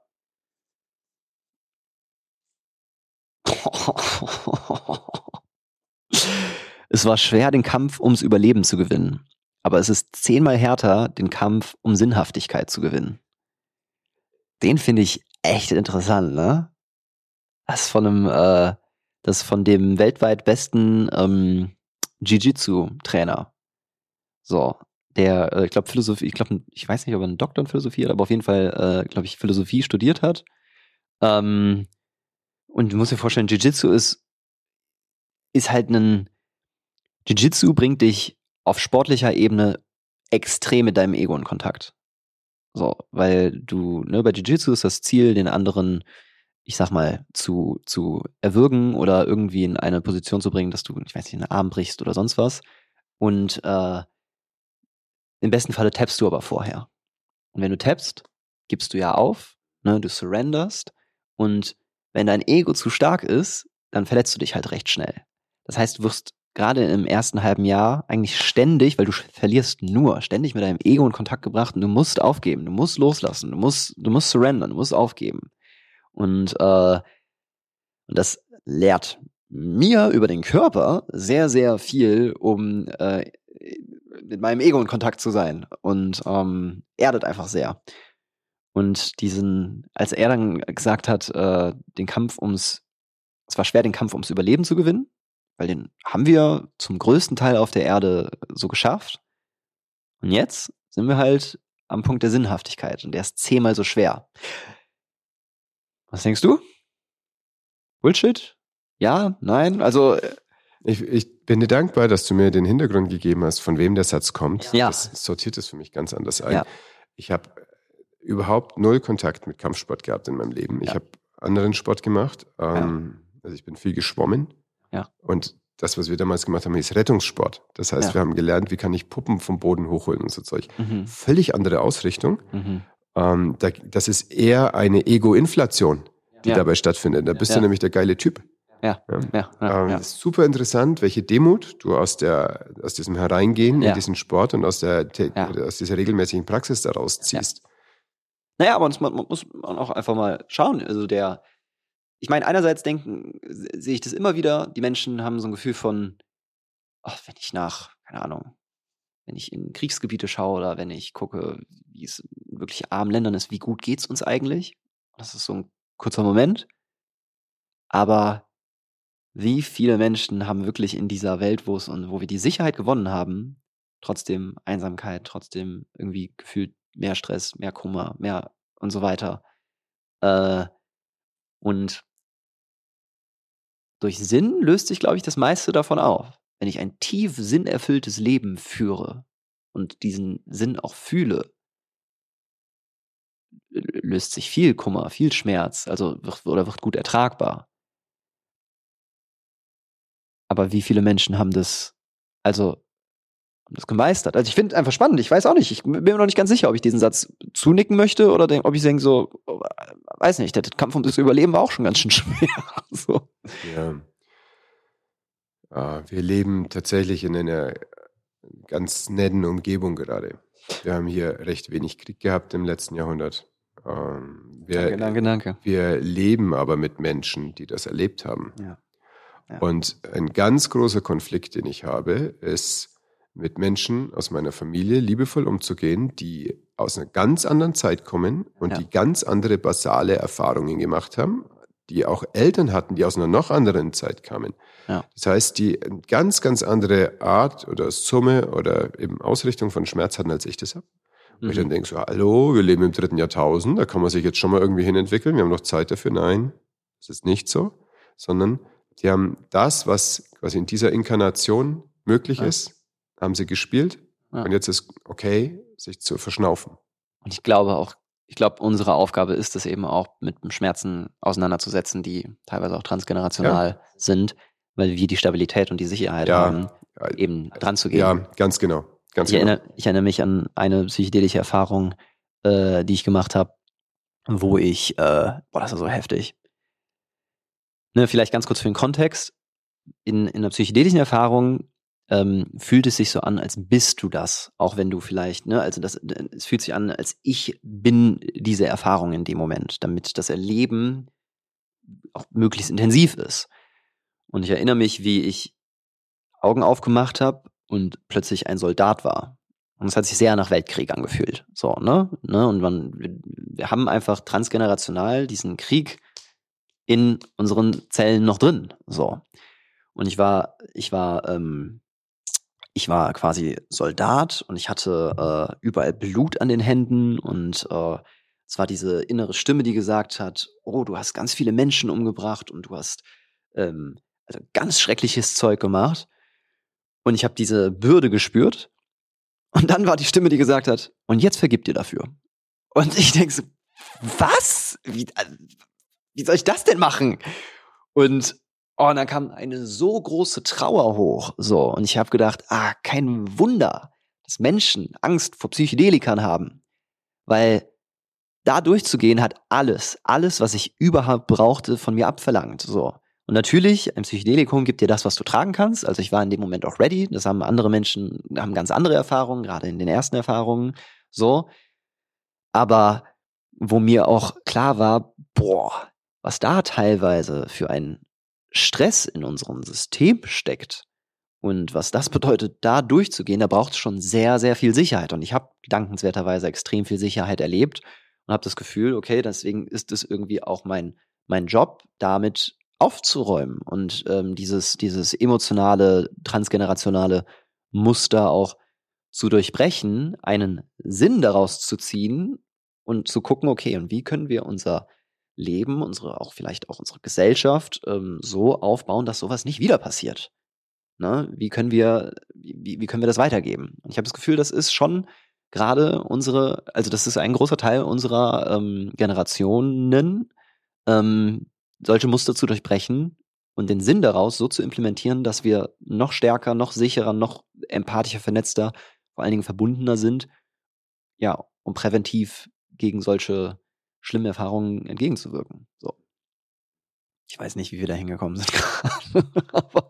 Es war schwer, den Kampf ums Überleben zu gewinnen. Aber es ist zehnmal härter, den Kampf um Sinnhaftigkeit zu gewinnen. Den finde ich echt interessant, ne? Das ist von einem, äh, das ist von dem weltweit besten ähm, Jiu-Jitsu-Trainer. So, der, äh, ich glaube, Philosophie, ich glaube, ich weiß nicht, ob er einen Doktor in Philosophie hat, aber auf jeden Fall, äh, glaube ich, Philosophie studiert hat. Ähm, und du musst dir vorstellen, Jiu-Jitsu ist, ist halt ein, Jiu-Jitsu bringt dich auf sportlicher Ebene extrem mit deinem Ego in Kontakt. So, weil du, ne, bei Jiu-Jitsu ist das Ziel, den anderen, ich sag mal, zu, zu erwürgen oder irgendwie in eine Position zu bringen, dass du, ich weiß nicht, einen Arm brichst oder sonst was. Und äh, im besten Falle tappst du aber vorher. Und wenn du tappst, gibst du ja auf, ne, du surrenderst. Und wenn dein Ego zu stark ist, dann verletzt du dich halt recht schnell. Das heißt, du wirst gerade im ersten halben Jahr eigentlich ständig, weil du verlierst nur, ständig mit deinem Ego in Kontakt gebracht und du musst aufgeben, du musst loslassen, du musst, du musst surrendern, du musst aufgeben. Und, äh, und das lehrt mir über den Körper sehr, sehr viel, um äh, mit meinem Ego in Kontakt zu sein, und ähm, erdet einfach sehr. Und diesen, als er dann gesagt hat, äh, den Kampf ums, es war schwer, den Kampf ums Überleben zu gewinnen, weil den haben wir zum größten Teil auf der Erde so geschafft. Und jetzt sind wir halt am Punkt der Sinnhaftigkeit, und der ist zehnmal so schwer. Was denkst du? Bullshit? Ja? Nein? Also, Ich, ich bin dir dankbar, dass du mir den Hintergrund gegeben hast, von wem der Satz kommt. Ja. Das sortiert es für mich ganz anders ein. Ja. Ich habe überhaupt null Kontakt mit Kampfsport gehabt in meinem Leben. Ich Ja. habe anderen Sport gemacht. Ähm, ja. Also ich bin viel geschwommen. Ja. Und das, was wir damals gemacht haben, hieß Rettungssport. Das heißt, Ja. wir haben gelernt, wie kann ich Puppen vom Boden hochholen und so Zeug. Mhm. Völlig andere Ausrichtung. Mhm. Ähm, da, das ist eher eine Ego-Inflation, die Ja. dabei stattfindet. Da bist Ja. du nämlich der geile Typ. Ja. Ja. Ja. Ja. Ähm, Ja. Das ist super interessant, welche Demut du aus, der, aus diesem Hereingehen Ja. in diesen Sport und aus, der, Ja. aus dieser regelmäßigen Praxis daraus ziehst. Naja, aber man, man muss man auch einfach mal schauen. Also der, ich meine, einerseits denken, se- sehe ich das immer wieder, die Menschen haben so ein Gefühl von, ach, wenn ich nach, keine Ahnung, wenn ich in Kriegsgebiete schaue oder wenn ich gucke, wie es in wirklich armen Ländern ist, wie gut geht's uns eigentlich? Das ist so ein kurzer Moment. Aber wie viele Menschen haben wirklich in dieser Welt, wo es und wo wir die Sicherheit gewonnen haben, trotzdem Einsamkeit, trotzdem irgendwie gefühlt mehr Stress, mehr Kummer, mehr und so weiter. Äh, und durch Sinn löst sich, glaube ich, das meiste davon auf. Wenn ich ein tief sinnerfülltes Leben führe und diesen Sinn auch fühle, l- löst sich viel Kummer, viel Schmerz, also wird, oder wird gut ertragbar. Aber wie viele Menschen haben das, also haben das gemeistert? Also ich finde einfach spannend. Ich weiß auch nicht. Ich bin mir noch nicht ganz sicher, ob ich diesen Satz zunicken möchte oder denk, ob ich denke so, oh, weiß nicht, der Kampf um das Überleben war auch schon ganz schön schwer. So. Ja. Ah, wir leben tatsächlich in einer ganz netten Umgebung gerade. Wir haben hier recht wenig Krieg gehabt im letzten Jahrhundert. Ähm, wir, Danke, danke, danke. wir leben aber mit Menschen, die das erlebt haben. Ja. Ja. Und ein ganz großer Konflikt, den ich habe, ist, mit Menschen aus meiner Familie liebevoll umzugehen, die aus einer ganz anderen Zeit kommen und Ja. die ganz andere basale Erfahrungen gemacht haben, die auch Eltern hatten, die aus einer noch anderen Zeit kamen. Ja. Das heißt, die eine ganz, ganz andere Art oder Summe oder eben Ausrichtung von Schmerz hatten, als ich das habe. Und ich dann Mhm. denke so, hallo, wir leben im dritten Jahrtausend, da kann man sich jetzt schon mal irgendwie hinentwickeln, wir haben noch Zeit dafür. Nein, das ist nicht so, sondern die haben das, was quasi in dieser Inkarnation möglich Ja. ist, haben sie gespielt Ja. und jetzt ist okay, sich zu verschnaufen. Und ich glaube auch, ich glaube, unsere Aufgabe ist es eben auch, mit Schmerzen auseinanderzusetzen, die teilweise auch transgenerational sind, weil wir die Stabilität und die Sicherheit Ja. haben, Ja, eben dran zu gehen. ja, ganz genau. Ganz Ich genau. erinnere, ich erinnere mich an eine psychedelische Erfahrung, äh, die ich gemacht habe, wo ich, äh, boah, das war so heftig. Ne, vielleicht ganz kurz für den Kontext. In, in einer psychedelischen Erfahrung ähm, fühlt es sich so an, als bist du das, auch wenn du vielleicht, ne, also das, es fühlt sich an, als ich bin diese Erfahrung in dem Moment, damit das Erleben auch möglichst intensiv ist. Und ich erinnere mich, wie ich Augen aufgemacht habe und plötzlich ein Soldat war. Und es hat sich sehr nach Weltkrieg angefühlt. So, ne? ne? Und man, wir, wir haben einfach transgenerational diesen Krieg in unseren Zellen noch drin. So. Und ich war, ich war, ähm, ich war quasi Soldat und ich hatte äh, überall Blut an den Händen und äh, es war diese innere Stimme, die gesagt hat, oh, du hast ganz viele Menschen umgebracht und du hast ähm, also ganz schreckliches Zeug gemacht. Und ich habe diese Bürde gespürt. Und dann war die Stimme, die gesagt hat, und jetzt vergib dir dafür. Und ich denke so, was? Wie, wie soll ich das denn machen? Und, oh, und dann kam eine so große Trauer hoch. So, und ich habe gedacht, ah, kein Wunder, dass Menschen Angst vor Psychedelikern haben. Weil da durchzugehen hat alles, alles, was ich überhaupt brauchte, von mir abverlangt. So. Und natürlich, ein Psychedelikum gibt dir das, was du tragen kannst. Also ich war in dem Moment auch ready. Das haben andere Menschen, haben ganz andere Erfahrungen, gerade in den ersten Erfahrungen. So. Aber wo mir auch klar war, boah, was da teilweise für ein Stress in unserem System steckt und was das bedeutet, da durchzugehen, da braucht es schon sehr, sehr viel Sicherheit. Und ich habe dankenswerterweise extrem viel Sicherheit erlebt und habe das Gefühl, okay, deswegen ist es irgendwie auch mein, mein Job, damit aufzuräumen und ähm, dieses, dieses emotionale, transgenerationale Muster auch zu durchbrechen, einen Sinn daraus zu ziehen und zu gucken, okay, und wie können wir unser Leben, unsere auch vielleicht auch unsere Gesellschaft ähm, so aufbauen, dass sowas nicht wieder passiert. Ne? Wie können wir, wie, wie können wir das weitergeben? Und ich habe das Gefühl, das ist schon gerade unsere, also das ist ein großer Teil unserer ähm, Generationen, ähm, solche Muster zu durchbrechen und den Sinn daraus so zu implementieren, dass wir noch stärker, noch sicherer, noch empathischer, vernetzter, vor allen Dingen verbundener sind, ja, um präventiv gegen solche schlimmen Erfahrungen entgegenzuwirken. So. Ich weiß nicht, wie wir da hingekommen sind gerade. Aber,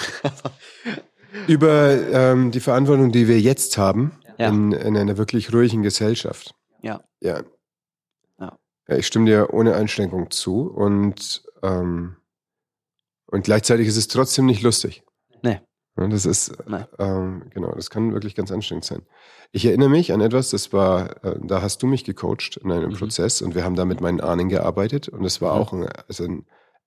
Über ähm, die Verantwortung, die wir jetzt haben, ja. in, in einer wirklich ruhigen Gesellschaft. Ja. Ja. Ja. Ja, ich stimme dir ohne Einschränkung zu und, ähm, und gleichzeitig ist es trotzdem nicht lustig. Nee. Ja, das ist, Nee. ähm, genau, das kann wirklich ganz anstrengend sein. Ich erinnere mich an etwas, das war, äh, da hast du mich gecoacht in einem Mhm. Prozess und wir haben da mit meinen Ahnen gearbeitet und es war Mhm. auch ein, also ein,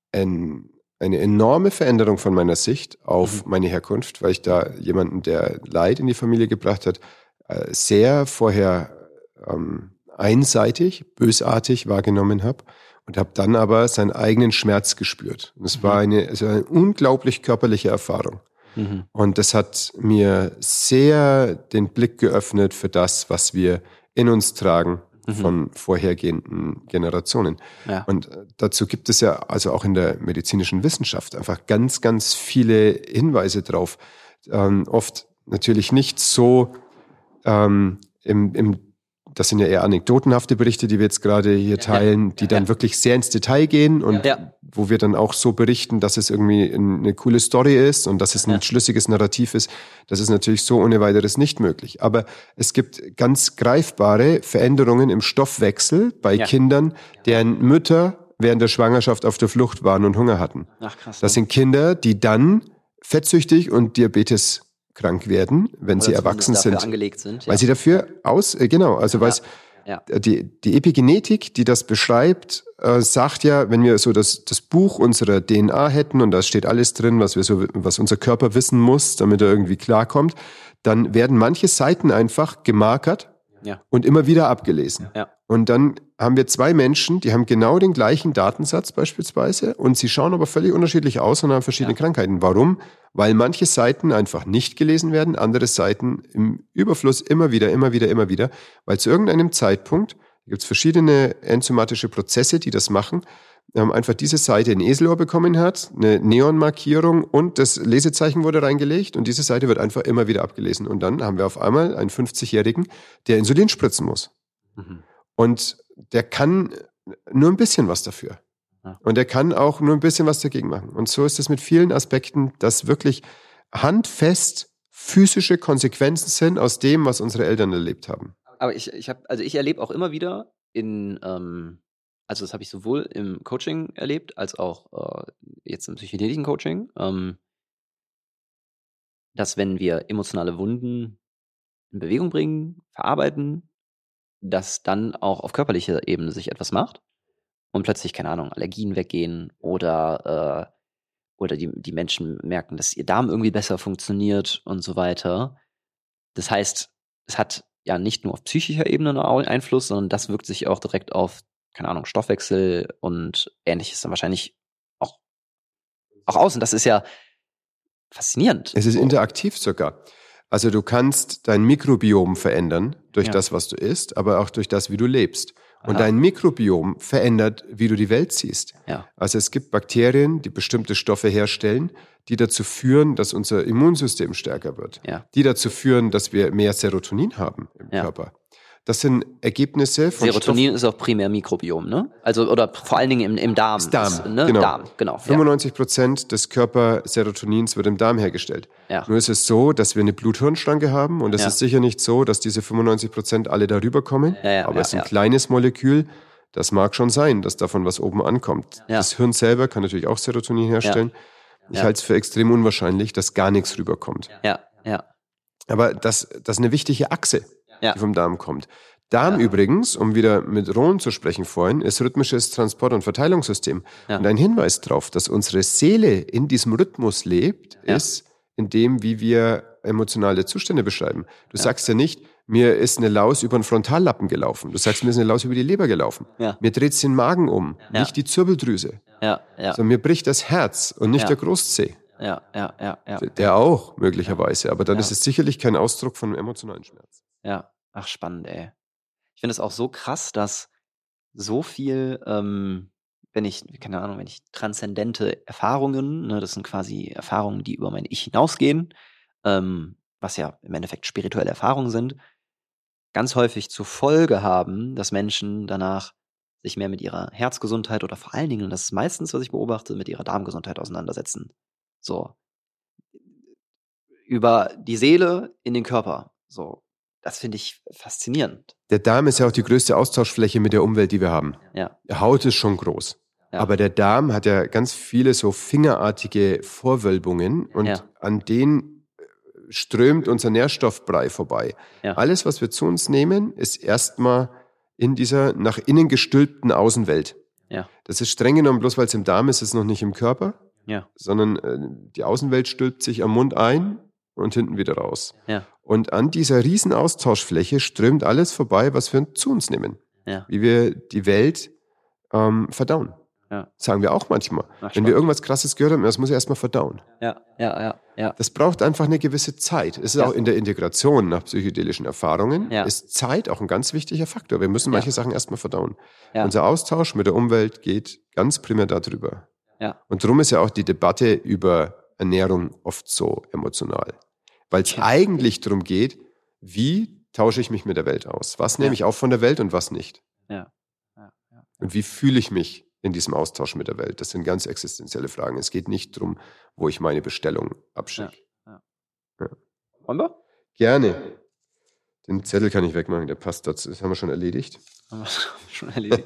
ein, eine enorme Veränderung von meiner Sicht auf Mhm. meine Herkunft, weil ich da jemanden, der Leid in die Familie gebracht hat, äh, sehr vorher ähm, einseitig, bösartig wahrgenommen habe und habe dann aber seinen eigenen Schmerz gespürt. Und es Mhm. war eine, also eine unglaublich körperliche Erfahrung. Mhm. Und das hat mir sehr den Blick geöffnet für das, was wir in uns tragen Mhm. von vorhergehenden Generationen. Ja. Und dazu gibt es ja also auch in der medizinischen Wissenschaft einfach ganz, ganz viele Hinweise drauf. Ähm, oft natürlich nicht so ähm, im, im das sind ja eher anekdotenhafte Berichte, die wir jetzt gerade hier teilen, die dann Ja. wirklich sehr ins Detail gehen und Ja. wo wir dann auch so berichten, dass es irgendwie eine coole Story ist und dass es ein Ja. schlüssiges Narrativ ist. Das ist natürlich so ohne weiteres nicht möglich. Aber es gibt ganz greifbare Veränderungen im Stoffwechsel bei Ja. Kindern, deren Mütter während der Schwangerschaft auf der Flucht waren und Hunger hatten. Ach krass. Das ne? sind Kinder, die dann fettsüchtig und diabeteskrank werden, wenn Oder sie zumindest erwachsen dafür sind. angelegt sind. Weil Ja. sie dafür aus, äh, genau, also weil es, Ja. äh, die, die Epigenetik, die das beschreibt, äh, sagt ja, wenn wir so das, das Buch unserer D N A hätten und da steht alles drin, was wir so, was unser Körper wissen muss, damit er irgendwie klarkommt, dann werden manche Seiten einfach gemarkert Ja. und immer wieder abgelesen. Ja. Und dann haben wir zwei Menschen, die haben genau den gleichen Datensatz beispielsweise und sie schauen aber völlig unterschiedlich aus und haben verschiedene Ja. Krankheiten. Warum? Weil manche Seiten einfach nicht gelesen werden, andere Seiten im Überfluss immer wieder, immer wieder, immer wieder, weil zu irgendeinem Zeitpunkt gibt es verschiedene enzymatische Prozesse, die das machen, ähm, einfach diese Seite ein Eselohr bekommen hat, eine Neonmarkierung und das Lesezeichen wurde reingelegt und diese Seite wird einfach immer wieder abgelesen. Und dann haben wir auf einmal einen fünfzigjährigen, der Insulin spritzen muss. Mhm. Und der kann nur ein bisschen was dafür. Ja. Und der kann auch nur ein bisschen was dagegen machen. Und so ist es mit vielen Aspekten, dass wirklich handfest physische Konsequenzen sind aus dem, was unsere Eltern erlebt haben. Aber ich, ich habe, also ich erlebe auch immer wieder in, ähm, also das habe ich sowohl im Coaching erlebt, als auch äh, jetzt im psychedelischen Coaching, ähm, dass wenn wir emotionale Wunden in Bewegung bringen, verarbeiten, dass dann auch auf körperlicher Ebene sich etwas macht und plötzlich, keine Ahnung, Allergien weggehen oder, äh, oder die, die Menschen merken, dass ihr Darm irgendwie besser funktioniert und so weiter. Das heißt, es hat ja nicht nur auf psychischer Ebene einen Einfluss, sondern das wirkt sich auch direkt auf, keine Ahnung, Stoffwechsel und Ähnliches dann wahrscheinlich auch, auch aus. Und das ist ja faszinierend. Es ist interaktiv sogar. Also du kannst dein Mikrobiom verändern durch Ja. das, was du isst, aber auch durch das, wie du lebst. Und Aha. dein Mikrobiom verändert, wie du die Welt siehst. Ja. Also es gibt Bakterien, die bestimmte Stoffe herstellen, die dazu führen, dass unser Immunsystem stärker wird. Ja. Die dazu führen, dass wir mehr Serotonin haben im Ja. Körper. Das sind Ergebnisse von Serotonin ist auch primär Mikrobiom, ne? Also, oder vor allen Dingen im, im Darm. Stoff- Darm, Ist, ne? genau. Darm, genau. Ja. fünfundneunzig Prozent des Körper-Serotonins wird im Darm hergestellt. Ja. Nur ist es so, dass wir eine Blut-Hirn-Schranke haben und es Ja. ist sicher nicht so, dass diese fünfundneunzig Prozent alle darüber kommen, Ja, ja, aber ja, es ist ein ja. kleines Molekül, das mag schon sein, dass davon was oben ankommt. Ja. Das Hirn selber kann natürlich auch Serotonin herstellen. Ich Ja. halte es für extrem unwahrscheinlich, dass gar nichts rüberkommt. Ja, ja. Aber das, das ist eine wichtige Achse, Ja. die vom Darm kommt. Darm Ja. übrigens, um wieder mit Rohn zu sprechen vorhin, ist rhythmisches Transport- und Verteilungssystem. Ja. Und ein Hinweis darauf, dass unsere Seele in diesem Rhythmus lebt, Ja. ist in dem, wie wir emotionale Zustände beschreiben. Du Ja. sagst ja nicht, mir ist eine Laus über den Frontallappen gelaufen. Du sagst, mir ist eine Laus über die Leber gelaufen. Ja. Mir dreht den Magen um, Ja. nicht die Zirbeldrüse. Ja, ja. Sondern mir bricht das Herz und nicht Ja. der Großzeh. Ja, ja, ja, ja. Der auch, möglicherweise. Aber dann Ja. ist es sicherlich kein Ausdruck von einem emotionalen Schmerz. Ja, ach spannend, ey. Ich finde es auch so krass, dass so viel, ähm, wenn ich, keine Ahnung, wenn ich transzendente Erfahrungen, ne, das sind quasi Erfahrungen, die über mein Ich hinausgehen, ähm, was ja im Endeffekt spirituelle Erfahrungen sind, ganz häufig zur Folge haben, dass Menschen danach sich mehr mit ihrer Herzgesundheit oder vor allen Dingen, und das ist meistens, was ich beobachte, mit ihrer Darmgesundheit auseinandersetzen. So. Über die Seele in den Körper. So. Das finde ich faszinierend. Der Darm ist ja auch die größte Austauschfläche mit der Umwelt, die wir haben. Ja. Die Haut ist schon groß. Ja. Aber der Darm hat ja ganz viele so fingerartige Vorwölbungen und Ja. an denen strömt unser Nährstoffbrei vorbei. Ja. Alles, was wir zu uns nehmen, ist erstmal in dieser nach innen gestülpten Außenwelt. Ja. Das ist streng genommen, bloß weil es im Darm ist, ist es noch nicht im Körper, Ja. sondern äh, die Außenwelt stülpt sich am Mund ein und hinten wieder raus. Ja. Und an dieser riesen Austauschfläche strömt alles vorbei, was wir zu uns nehmen. Ja. Wie wir die Welt ähm, verdauen. Ja. Sagen wir auch manchmal. Ach, Wenn spannend. wir irgendwas Krasses gehört haben, das muss ich erstmal verdauen. Ja, ja, ja, ja. Das braucht einfach eine gewisse Zeit. Es ist Ja. auch in der Integration nach psychedelischen Erfahrungen, Ja. ist Zeit auch ein ganz wichtiger Faktor. Wir müssen Ja. manche Sachen erstmal verdauen. Ja. Unser Austausch mit der Umwelt geht ganz primär darüber. Ja. Und darum ist ja auch die Debatte über Ernährung oft so emotional. Weil es Ja. eigentlich darum geht, wie tausche ich mich mit der Welt aus? Was nehme Ja. ich auf von der Welt und was nicht? Ja. Ja. Ja. Und wie fühle ich mich in diesem Austausch mit der Welt? Das sind ganz existenzielle Fragen. Es geht nicht darum, wo ich meine Bestellung abschicke. Wollen wir? Gerne. Den Zettel kann ich wegmachen, der passt dazu. Das haben wir schon erledigt. Haben wir schon erledigt.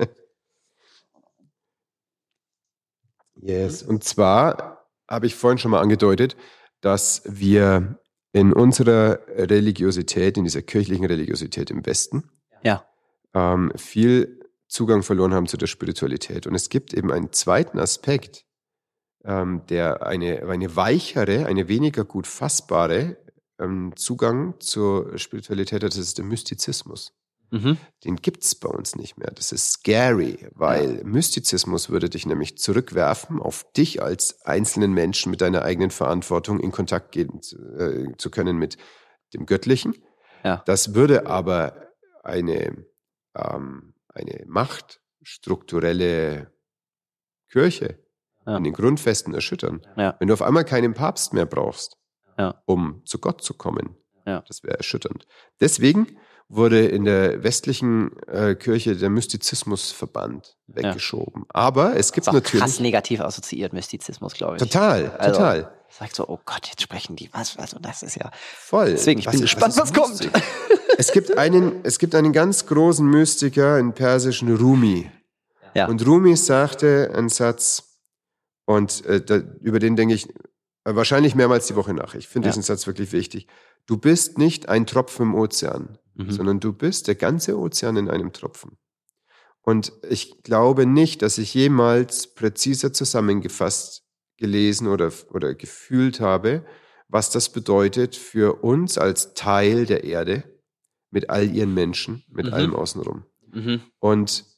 Yes. Und zwar habe ich vorhin schon mal angedeutet, dass wir in unserer Religiosität, in dieser kirchlichen Religiosität im Westen, Ja. ähm, viel Zugang verloren haben zu der Spiritualität. Und es gibt eben einen zweiten Aspekt, ähm, der eine, eine weichere, eine weniger gut fassbare ähm, Zugang zur Spiritualität hat, das ist der Mystizismus. Mhm. Den gibt es bei uns nicht mehr. Das ist scary, weil Mystizismus würde dich nämlich zurückwerfen auf dich als einzelnen Menschen mit deiner eigenen Verantwortung in Kontakt gehen äh, zu können mit dem Göttlichen. Ja. Das würde aber eine, ähm, eine machtstrukturelle Kirche Ja. in den Grundfesten erschüttern. Ja. Wenn du auf einmal keinen Papst mehr brauchst, Ja. um zu Gott zu kommen, Ja. das wäre erschütternd. Deswegen wurde in der westlichen äh, Kirche der Mystizismus verbannt, weggeschoben. Aber es gibt Ist auch natürlich... krass negativ assoziiert, Mystizismus, glaube ich. Total, Also, total. Sagt so, oh Gott, jetzt sprechen die was, also das ist ja... Voll. Deswegen, ich bin gespannt, was ist kommt. Mystik? Es gibt einen, es gibt einen ganz großen Mystiker, einen persischen Rumi. Ja. Und Rumi sagte einen Satz, und äh, da, über den denke ich äh, wahrscheinlich mehrmals die Woche nach. Ich finde Ja. diesen Satz wirklich wichtig. Du bist nicht ein Tropfen im Ozean, Mhm. sondern du bist der ganze Ozean in einem Tropfen. Und ich glaube nicht, dass ich jemals präziser zusammengefasst gelesen oder, oder gefühlt habe, was das bedeutet für uns als Teil der Erde mit all ihren Menschen, mit Mhm. allem außenrum. Mhm. Und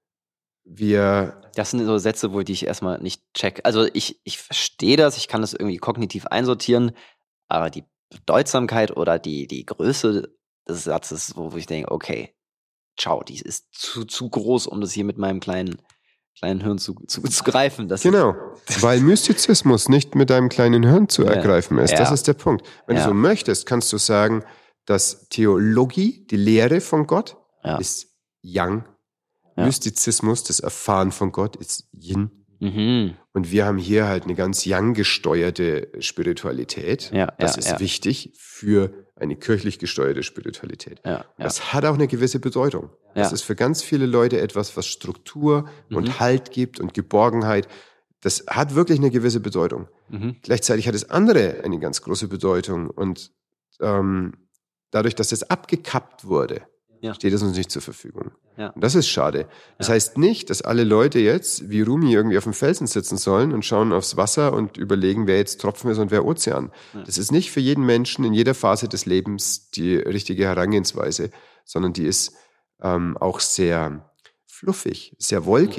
wir, Das sind so Sätze, wo die ich erstmal nicht check. Also ich, ich verstehe das, ich kann das irgendwie kognitiv einsortieren, aber die Bedeutsamkeit oder die, die Größe des Satzes, wo, wo ich denke, okay, ciao, die ist zu, zu groß, um das hier mit meinem kleinen, kleinen Hirn zu, zu, zu greifen. Das genau, weil Mystizismus nicht mit deinem kleinen Hirn zu Ja. ergreifen ist. Das Ja. ist der Punkt. Wenn Ja. du so möchtest, kannst du sagen, dass Theologie, die Lehre von Gott, Ja. ist Yang. Ja. Mystizismus, das Erfahren von Gott, ist Yin. Mhm. Und wir haben hier halt eine ganz Yang-gesteuerte Spiritualität. Ja, das ja, ist ja. wichtig für eine kirchlich gesteuerte Spiritualität. Ja, ja. Das hat auch eine gewisse Bedeutung. Das Ja. ist für ganz viele Leute etwas, was Struktur und Mhm. Halt gibt und Geborgenheit. Das hat wirklich eine gewisse Bedeutung. Mhm. Gleichzeitig hat das andere eine ganz große Bedeutung. Und ähm, dadurch, dass das abgekappt wurde, Ja. steht es uns nicht zur Verfügung. Ja. Und das ist schade. Das Ja. heißt nicht, dass alle Leute jetzt wie Rumi irgendwie auf dem Felsen sitzen sollen und schauen aufs Wasser und überlegen, wer jetzt Tropfen ist und wer Ozean. Ja. Das ist nicht für jeden Menschen in jeder Phase des Lebens die richtige Herangehensweise, sondern die ist ähm, auch sehr fluffig, sehr wolkig.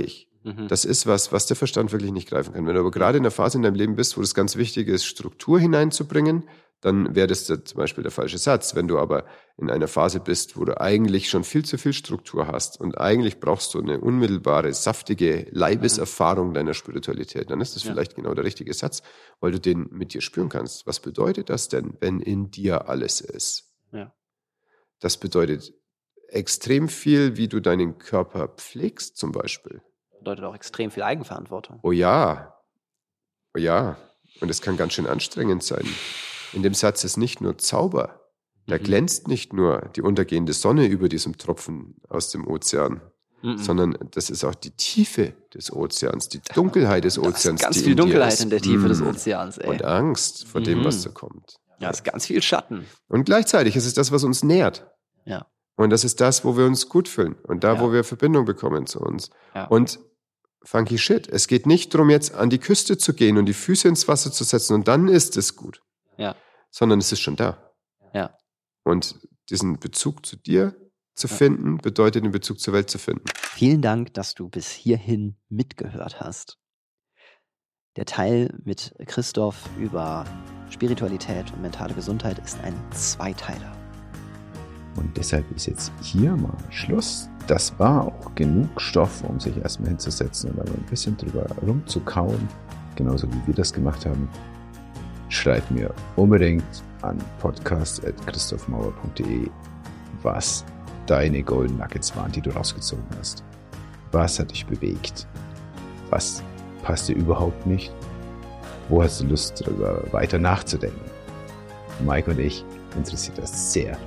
Mhm. Das ist was, was der Verstand wirklich nicht greifen kann. Wenn du aber gerade in einer Phase in deinem Leben bist, wo das ganz wichtig ist, Struktur hineinzubringen, dann wäre das zum Beispiel der falsche Satz. Wenn du aber in einer Phase bist, wo du eigentlich schon viel zu viel Struktur hast und eigentlich brauchst du eine unmittelbare, saftige Leibeserfahrung deiner Spiritualität, dann ist das Ja. vielleicht genau der richtige Satz, weil du den mit dir spüren kannst. Was bedeutet das denn, wenn in dir alles ist? Ja. Das bedeutet extrem viel, wie du deinen Körper pflegst zum Beispiel. Bedeutet auch extrem viel Eigenverantwortung. Oh ja, oh ja. Und es kann ganz schön anstrengend sein. In dem Satz ist nicht nur Zauber. Da Mhm. glänzt nicht nur die untergehende Sonne über diesem Tropfen aus dem Ozean, Mhm. sondern das ist auch die Tiefe des Ozeans, die Dunkelheit des Da Ozeans. ist ganz die viel in dir Dunkelheit ist. in der Tiefe Mm. des Ozeans, ey. Und Angst vor dem, Mhm. was da kommt. Ja, ist ganz viel Schatten. Und gleichzeitig ist es das, was uns nährt. Ja. Und das ist das, wo wir uns gut fühlen. Und da, Ja. wo wir Verbindung bekommen zu uns. Ja. Und funky shit. Es geht nicht darum, jetzt an die Küste zu gehen und die Füße ins Wasser zu setzen und dann ist es gut. Ja. Sondern es ist schon da. Ja. Und diesen Bezug zu dir zu Ja. finden, bedeutet den Bezug zur Welt zu finden. Vielen Dank, dass du bis hierhin mitgehört hast. Der Teil mit Christoph über Spiritualität und mentale Gesundheit ist ein Zweiteiler. Und deshalb ist jetzt hier mal Schluss. Das war auch genug Stoff, um sich erstmal hinzusetzen und aber ein bisschen drüber rumzukauen. Genauso wie wir das gemacht haben. Schreib mir unbedingt an podcast at christophmauer punkt de, was deine Golden Nuggets waren, die du rausgezogen hast. Was hat dich bewegt? Was passt dir überhaupt nicht? Wo hast du Lust, darüber weiter nachzudenken? Mike und ich interessiert das sehr.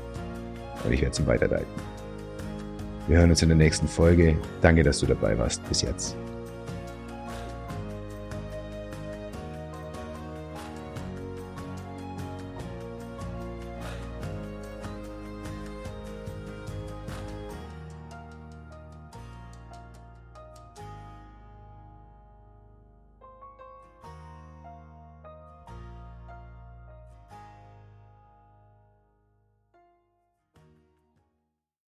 Und ich werde es ihm weiterleiten. Wir hören uns in der nächsten Folge. Danke, dass du dabei warst. Bis jetzt.